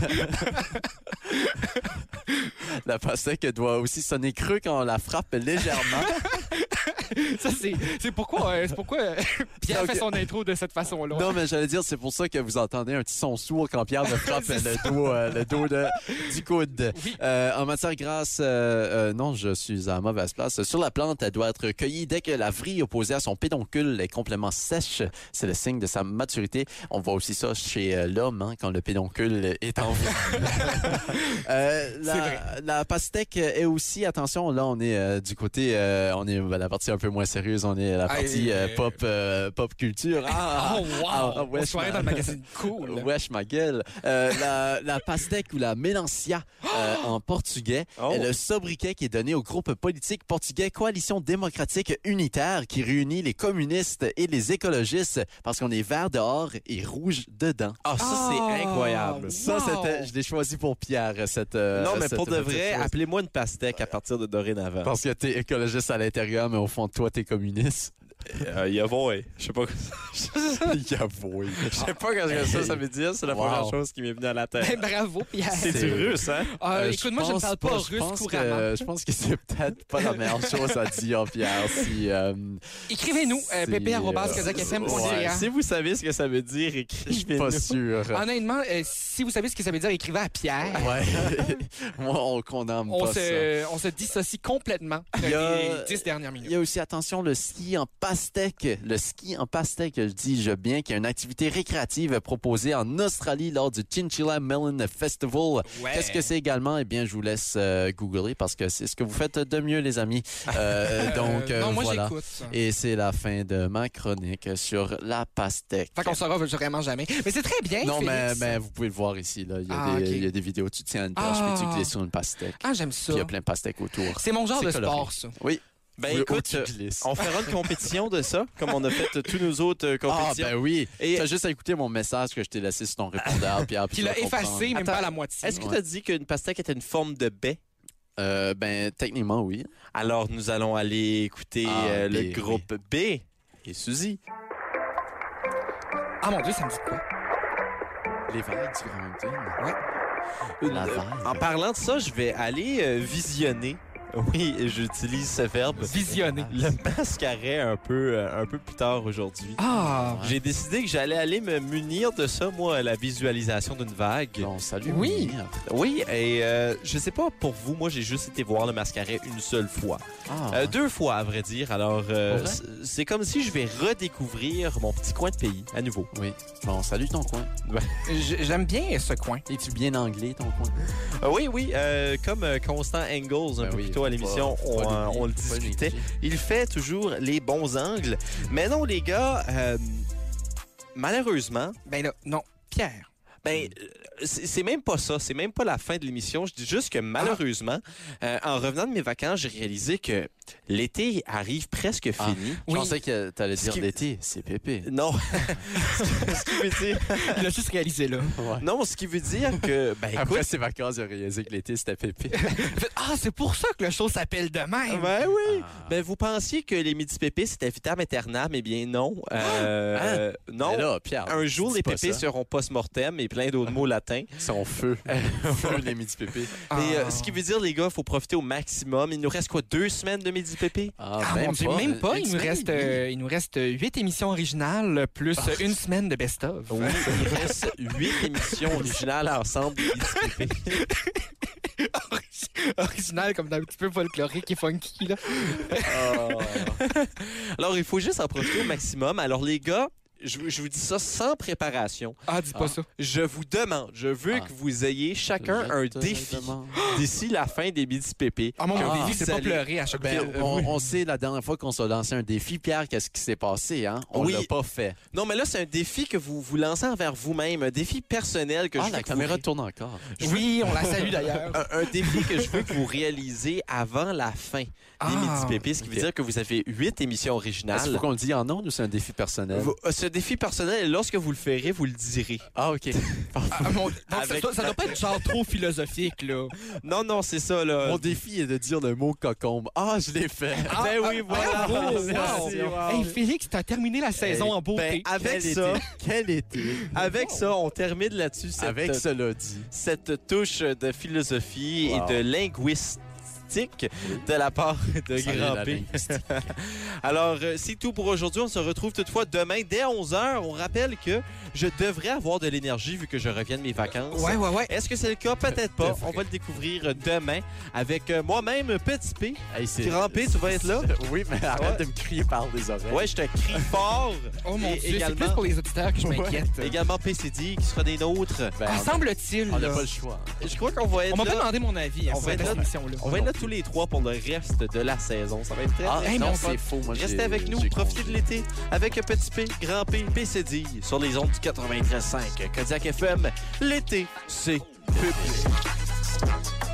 La pastèque doit aussi sonner creux quand on la frappe légèrement. Ça, c'est c'est pourquoi, euh, c'est pourquoi euh, Pierre Donc, fait son intro de cette façon-là. Non, mais j'allais dire, c'est pour ça que vous entendez un petit son sourd quand Pierre me frappe C'est le dos, euh, le dos de, du coude. Oui. Euh, en matière grasse, euh, euh, non, je suis à la mauvaise place. Sur la plante, elle doit être cueillie dès que la vrille opposée à son pédoncule est complètement sèche. C'est le signe de sa maturité. On voit aussi ça chez euh, l'homme, hein, quand le pédoncule est en vrille. euh, C'est vrai. la, la pastèque est aussi, attention, là, on est euh, du côté, euh, on est ben, la partie un peu moins sérieuse, on est la Ah, partie euh, euh, pop, euh, pop culture. Ah, Oh, wow! ah, ah, On wesh, se soirée ma- dans le magazine Cool. Wesh, ma gueule. Euh, la, la pastèque ou la mélancia euh, en portugais Oh. est le sobriquet qui est donné au groupe politique portugais Coalition démocratique unitaire qui réunit les communistes et les écologistes parce qu'on est vert dehors et rouge dedans. Ah, ça, c'est Ah, incroyable. Ça, wow. c'était, je l'ai choisi pour Pierre, cette... euh, non, mais cette pour de petite vrai, chose. appelez-moi une pastèque à partir de dorénavant. Parce que t'es écologiste à l'intérieur, mais au fond de toi, t'es communiste. Euh, Yavoy. Je sais pas. Yavoy. Je sais pas qu'est-ce que ça, ça veut dire. C'est la Wow. première chose qui m'est venue à la tête. Ben, bravo, Pierre. C'est du russe, hein? Ah, Euh, écoute, moi, je ne pense parle pas, je russe pense couramment. que- Je pense que c'est peut-être pas la meilleure chose à dire, Pierre. Si, euh, Écrivez-nous, euh, si, pp euh, arobase kazakh f m point c a. Si vous savez ce que ça veut dire, je suis écrivez-nous. pas sûr. Honnêtement, euh, si vous savez ce que ça veut dire, écrivez à Pierre. Ouais. Moi, on condamne On pas ça. se, on se dissocie complètement Il y a- des dix dernières Il minutes. y a aussi, attention, le ski en pastèque. Le ski en pastèque, je dis-je bien, qui est une activité récréative proposée en Australie lors du Chinchilla Melon Festival. Ouais. Qu'est-ce que c'est également? Eh bien, je vous laisse euh, googler parce que c'est ce que vous faites de mieux, les amis. Euh, donc, Euh, euh, non, moi, voilà. j'écoute. Et c'est la fin de ma chronique sur la pastèque. Fait qu'on saura vraiment jamais. Mais c'est très bien, Non, mais, Félix. mais vous pouvez le voir ici. Là. Il, y a Ah, des, ok. il y a des vidéos. Tu tiens une perche Ah. puis tu glisses sur une pastèque. Ah, j'aime Puis ça. il y a plein de pastèques autour. C'est mon genre C'est de coloré. sport, ça. Oui. Ben Oui, écoute, où tu glisses. on fera une compétition de ça, comme on a fait tous nos autres euh, Ah, compétitions. ben oui. Et- Tu as juste à écouter mon message que je t'ai laissé sur ton répondeur, Pierre. puis Qui tu l'a vas comprendre. effacé, même Attends, pas à la moitié. Est-ce que Ouais. tu as dit qu'une pastèque était une forme de baie? Euh, ben, techniquement, oui. Alors, nous allons aller écouter Ah, euh, le B, groupe B et Suzy. Ah, mon Dieu, ça me dit quoi? Les vagues du Grand Mountain. Ouais. La Euh, vague. En parlant de ça, je vais aller euh, visionner. Oui, j'utilise ce verbe. Visionner. Le mascaret un peu, euh, un peu plus tard aujourd'hui. Ah, J'ai décidé que j'allais aller me munir de ça, moi, la visualisation d'une vague. Bon, salut. Oui. Mire. Oui, et euh, je sais pas pour vous, moi j'ai juste été voir le mascaret une seule fois. Ah, Euh, deux fois, à vrai dire. Alors, euh, Pour vrai? c'est- c'est comme si je vais redécouvrir mon petit coin de pays à nouveau. Oui. Bon, salut ton coin. j- j'aime bien ce coin. Es-tu bien anglais, ton coin? Euh, oui, oui, euh, comme euh, Constant Engels, un Ben peu oui, plus tôt à l'émission, faut on, pas euh, l'oublier, on le faut pas discutait. négliger. Il fait toujours les bons angles. Mais non, les gars, euh, malheureusement, Ben là, non. Pierre. ben, euh, c'est c'est même pas ça. C'est même pas la fin de l'émission. Je dis juste que malheureusement, euh, en revenant de mes vacances, j'ai réalisé que l'été arrive presque Ah. fini. Je Oui. pensais que t'allais Ce dire qui- l'été. C'est pépé. Non. ce qui veut dire... Il a juste réalisé là. Ouais. Non, ce qui veut dire que, ben écoute, Après ses vacances, il a réalisé que l'été, c'était pépé. Fait, ah, c'est pour ça que le show s'appelle de même. ben oui. Ah. Ben vous pensiez que les midi pépés c'était vitam aeternam, eh bien non. Euh, euh, non. Mais là, Pierre, Un jour, dis les pas pépés ça. seront post-mortem et plein d'autres mots latins. Son feu. Feu, les midi pépés. Ah. Et euh, ce qui veut dire, les gars, il faut profiter au maximum. Il nous reste quoi, deux semaines de midi pépés? Ah, Ah, mon Dieu, même pas. Une Il nous, semaine, reste, oui. euh, il nous reste huit émissions originales plus une semaine de best-of. Oui, il reste huit émissions originales ensemble de midi pépés. Original comme d'un petit peu folklorique et funky. Là. Alors, il faut juste en profiter au maximum. Alors, les gars, je, je vous dis ça sans préparation. Ah, dis pas Ah. ça. Je vous demande, je veux Ah. que vous ayez chacun Je un te défi demande. d'ici la fin des midi pépés. Ah, mon que défi, vous c'est pas allez- pleurer à chaque Ben, fois. on, on sait la dernière fois qu'on s'est lancé un défi, Pierre, qu'est-ce qui s'est passé, hein? On Oui. l'a pas fait. Non, mais là, c'est un défi que vous vous lancez envers vous-même, un défi personnel que Ah, je la veux que caméra vous... tourne encore. Oui, on la salue d'ailleurs. un, un défi que je veux que vous réalisez avant la fin des Ah, midi pépés, ce qui ok. veut dire que vous avez huit émissions Est-ce qu'il originales. faut qu'on le dise en ondes ou c'est un défi personnel? Vous- euh, ce défi personnel, lorsque vous le ferez, vous le direz. Ah, OK. Ah, mon- donc, Avec- ça, ça doit pas être genre trop philosophique, là. Non, non, c'est ça, là. Mon défi est de dire le mot cocombe. Ah, je l'ai fait. Ah, ben oui, ah, voilà. bravo, Merci, wow. wow. Hey, Félix, t'as terminé la saison en beauté. Ben, avec Quel ça, été? Quel été? avec ça, on termine là-dessus cette, Avec cela dit. cette touche de philosophie Wow. et de linguistique de la part de Salut, Grand la P. linguistique. Alors, euh, c'est tout pour aujourd'hui. On se retrouve toutefois demain dès onze heures. On rappelle que je devrais avoir de l'énergie vu que je reviens de mes vacances. Ouais, ouais, ouais. Est-ce que c'est le cas? Peut-être pas. Devrait. On va le découvrir demain avec euh, moi-même, Petit P. Hey, c'est- Grand P, tu vas être là? Oui, mais arrête Ouais. de me crier par les oreilles. Ouais, je te crie fort. Oh mon Et Dieu, c'est également- plus pour les auditeurs que je m'inquiète. Également P C D qui sera des nôtres. Ben, Ah, on- semble-t-il, on n'a là. pas le choix. Je crois qu'on va être On m'a pas là. demandé mon avis hein, On sur va être cette là- émission-là. On va être là tous les trois pour le reste de la saison. Ça va être très, Ah, très hey, non, mon c'est pote. faux. Moi, Restez j'ai- avec nous, j'ai profitez de congé. l'été avec Petit P, Grand P, P C D sur les ondes du quatre-vingt-treize cinq. Kodiak F M, l'été, c'est public.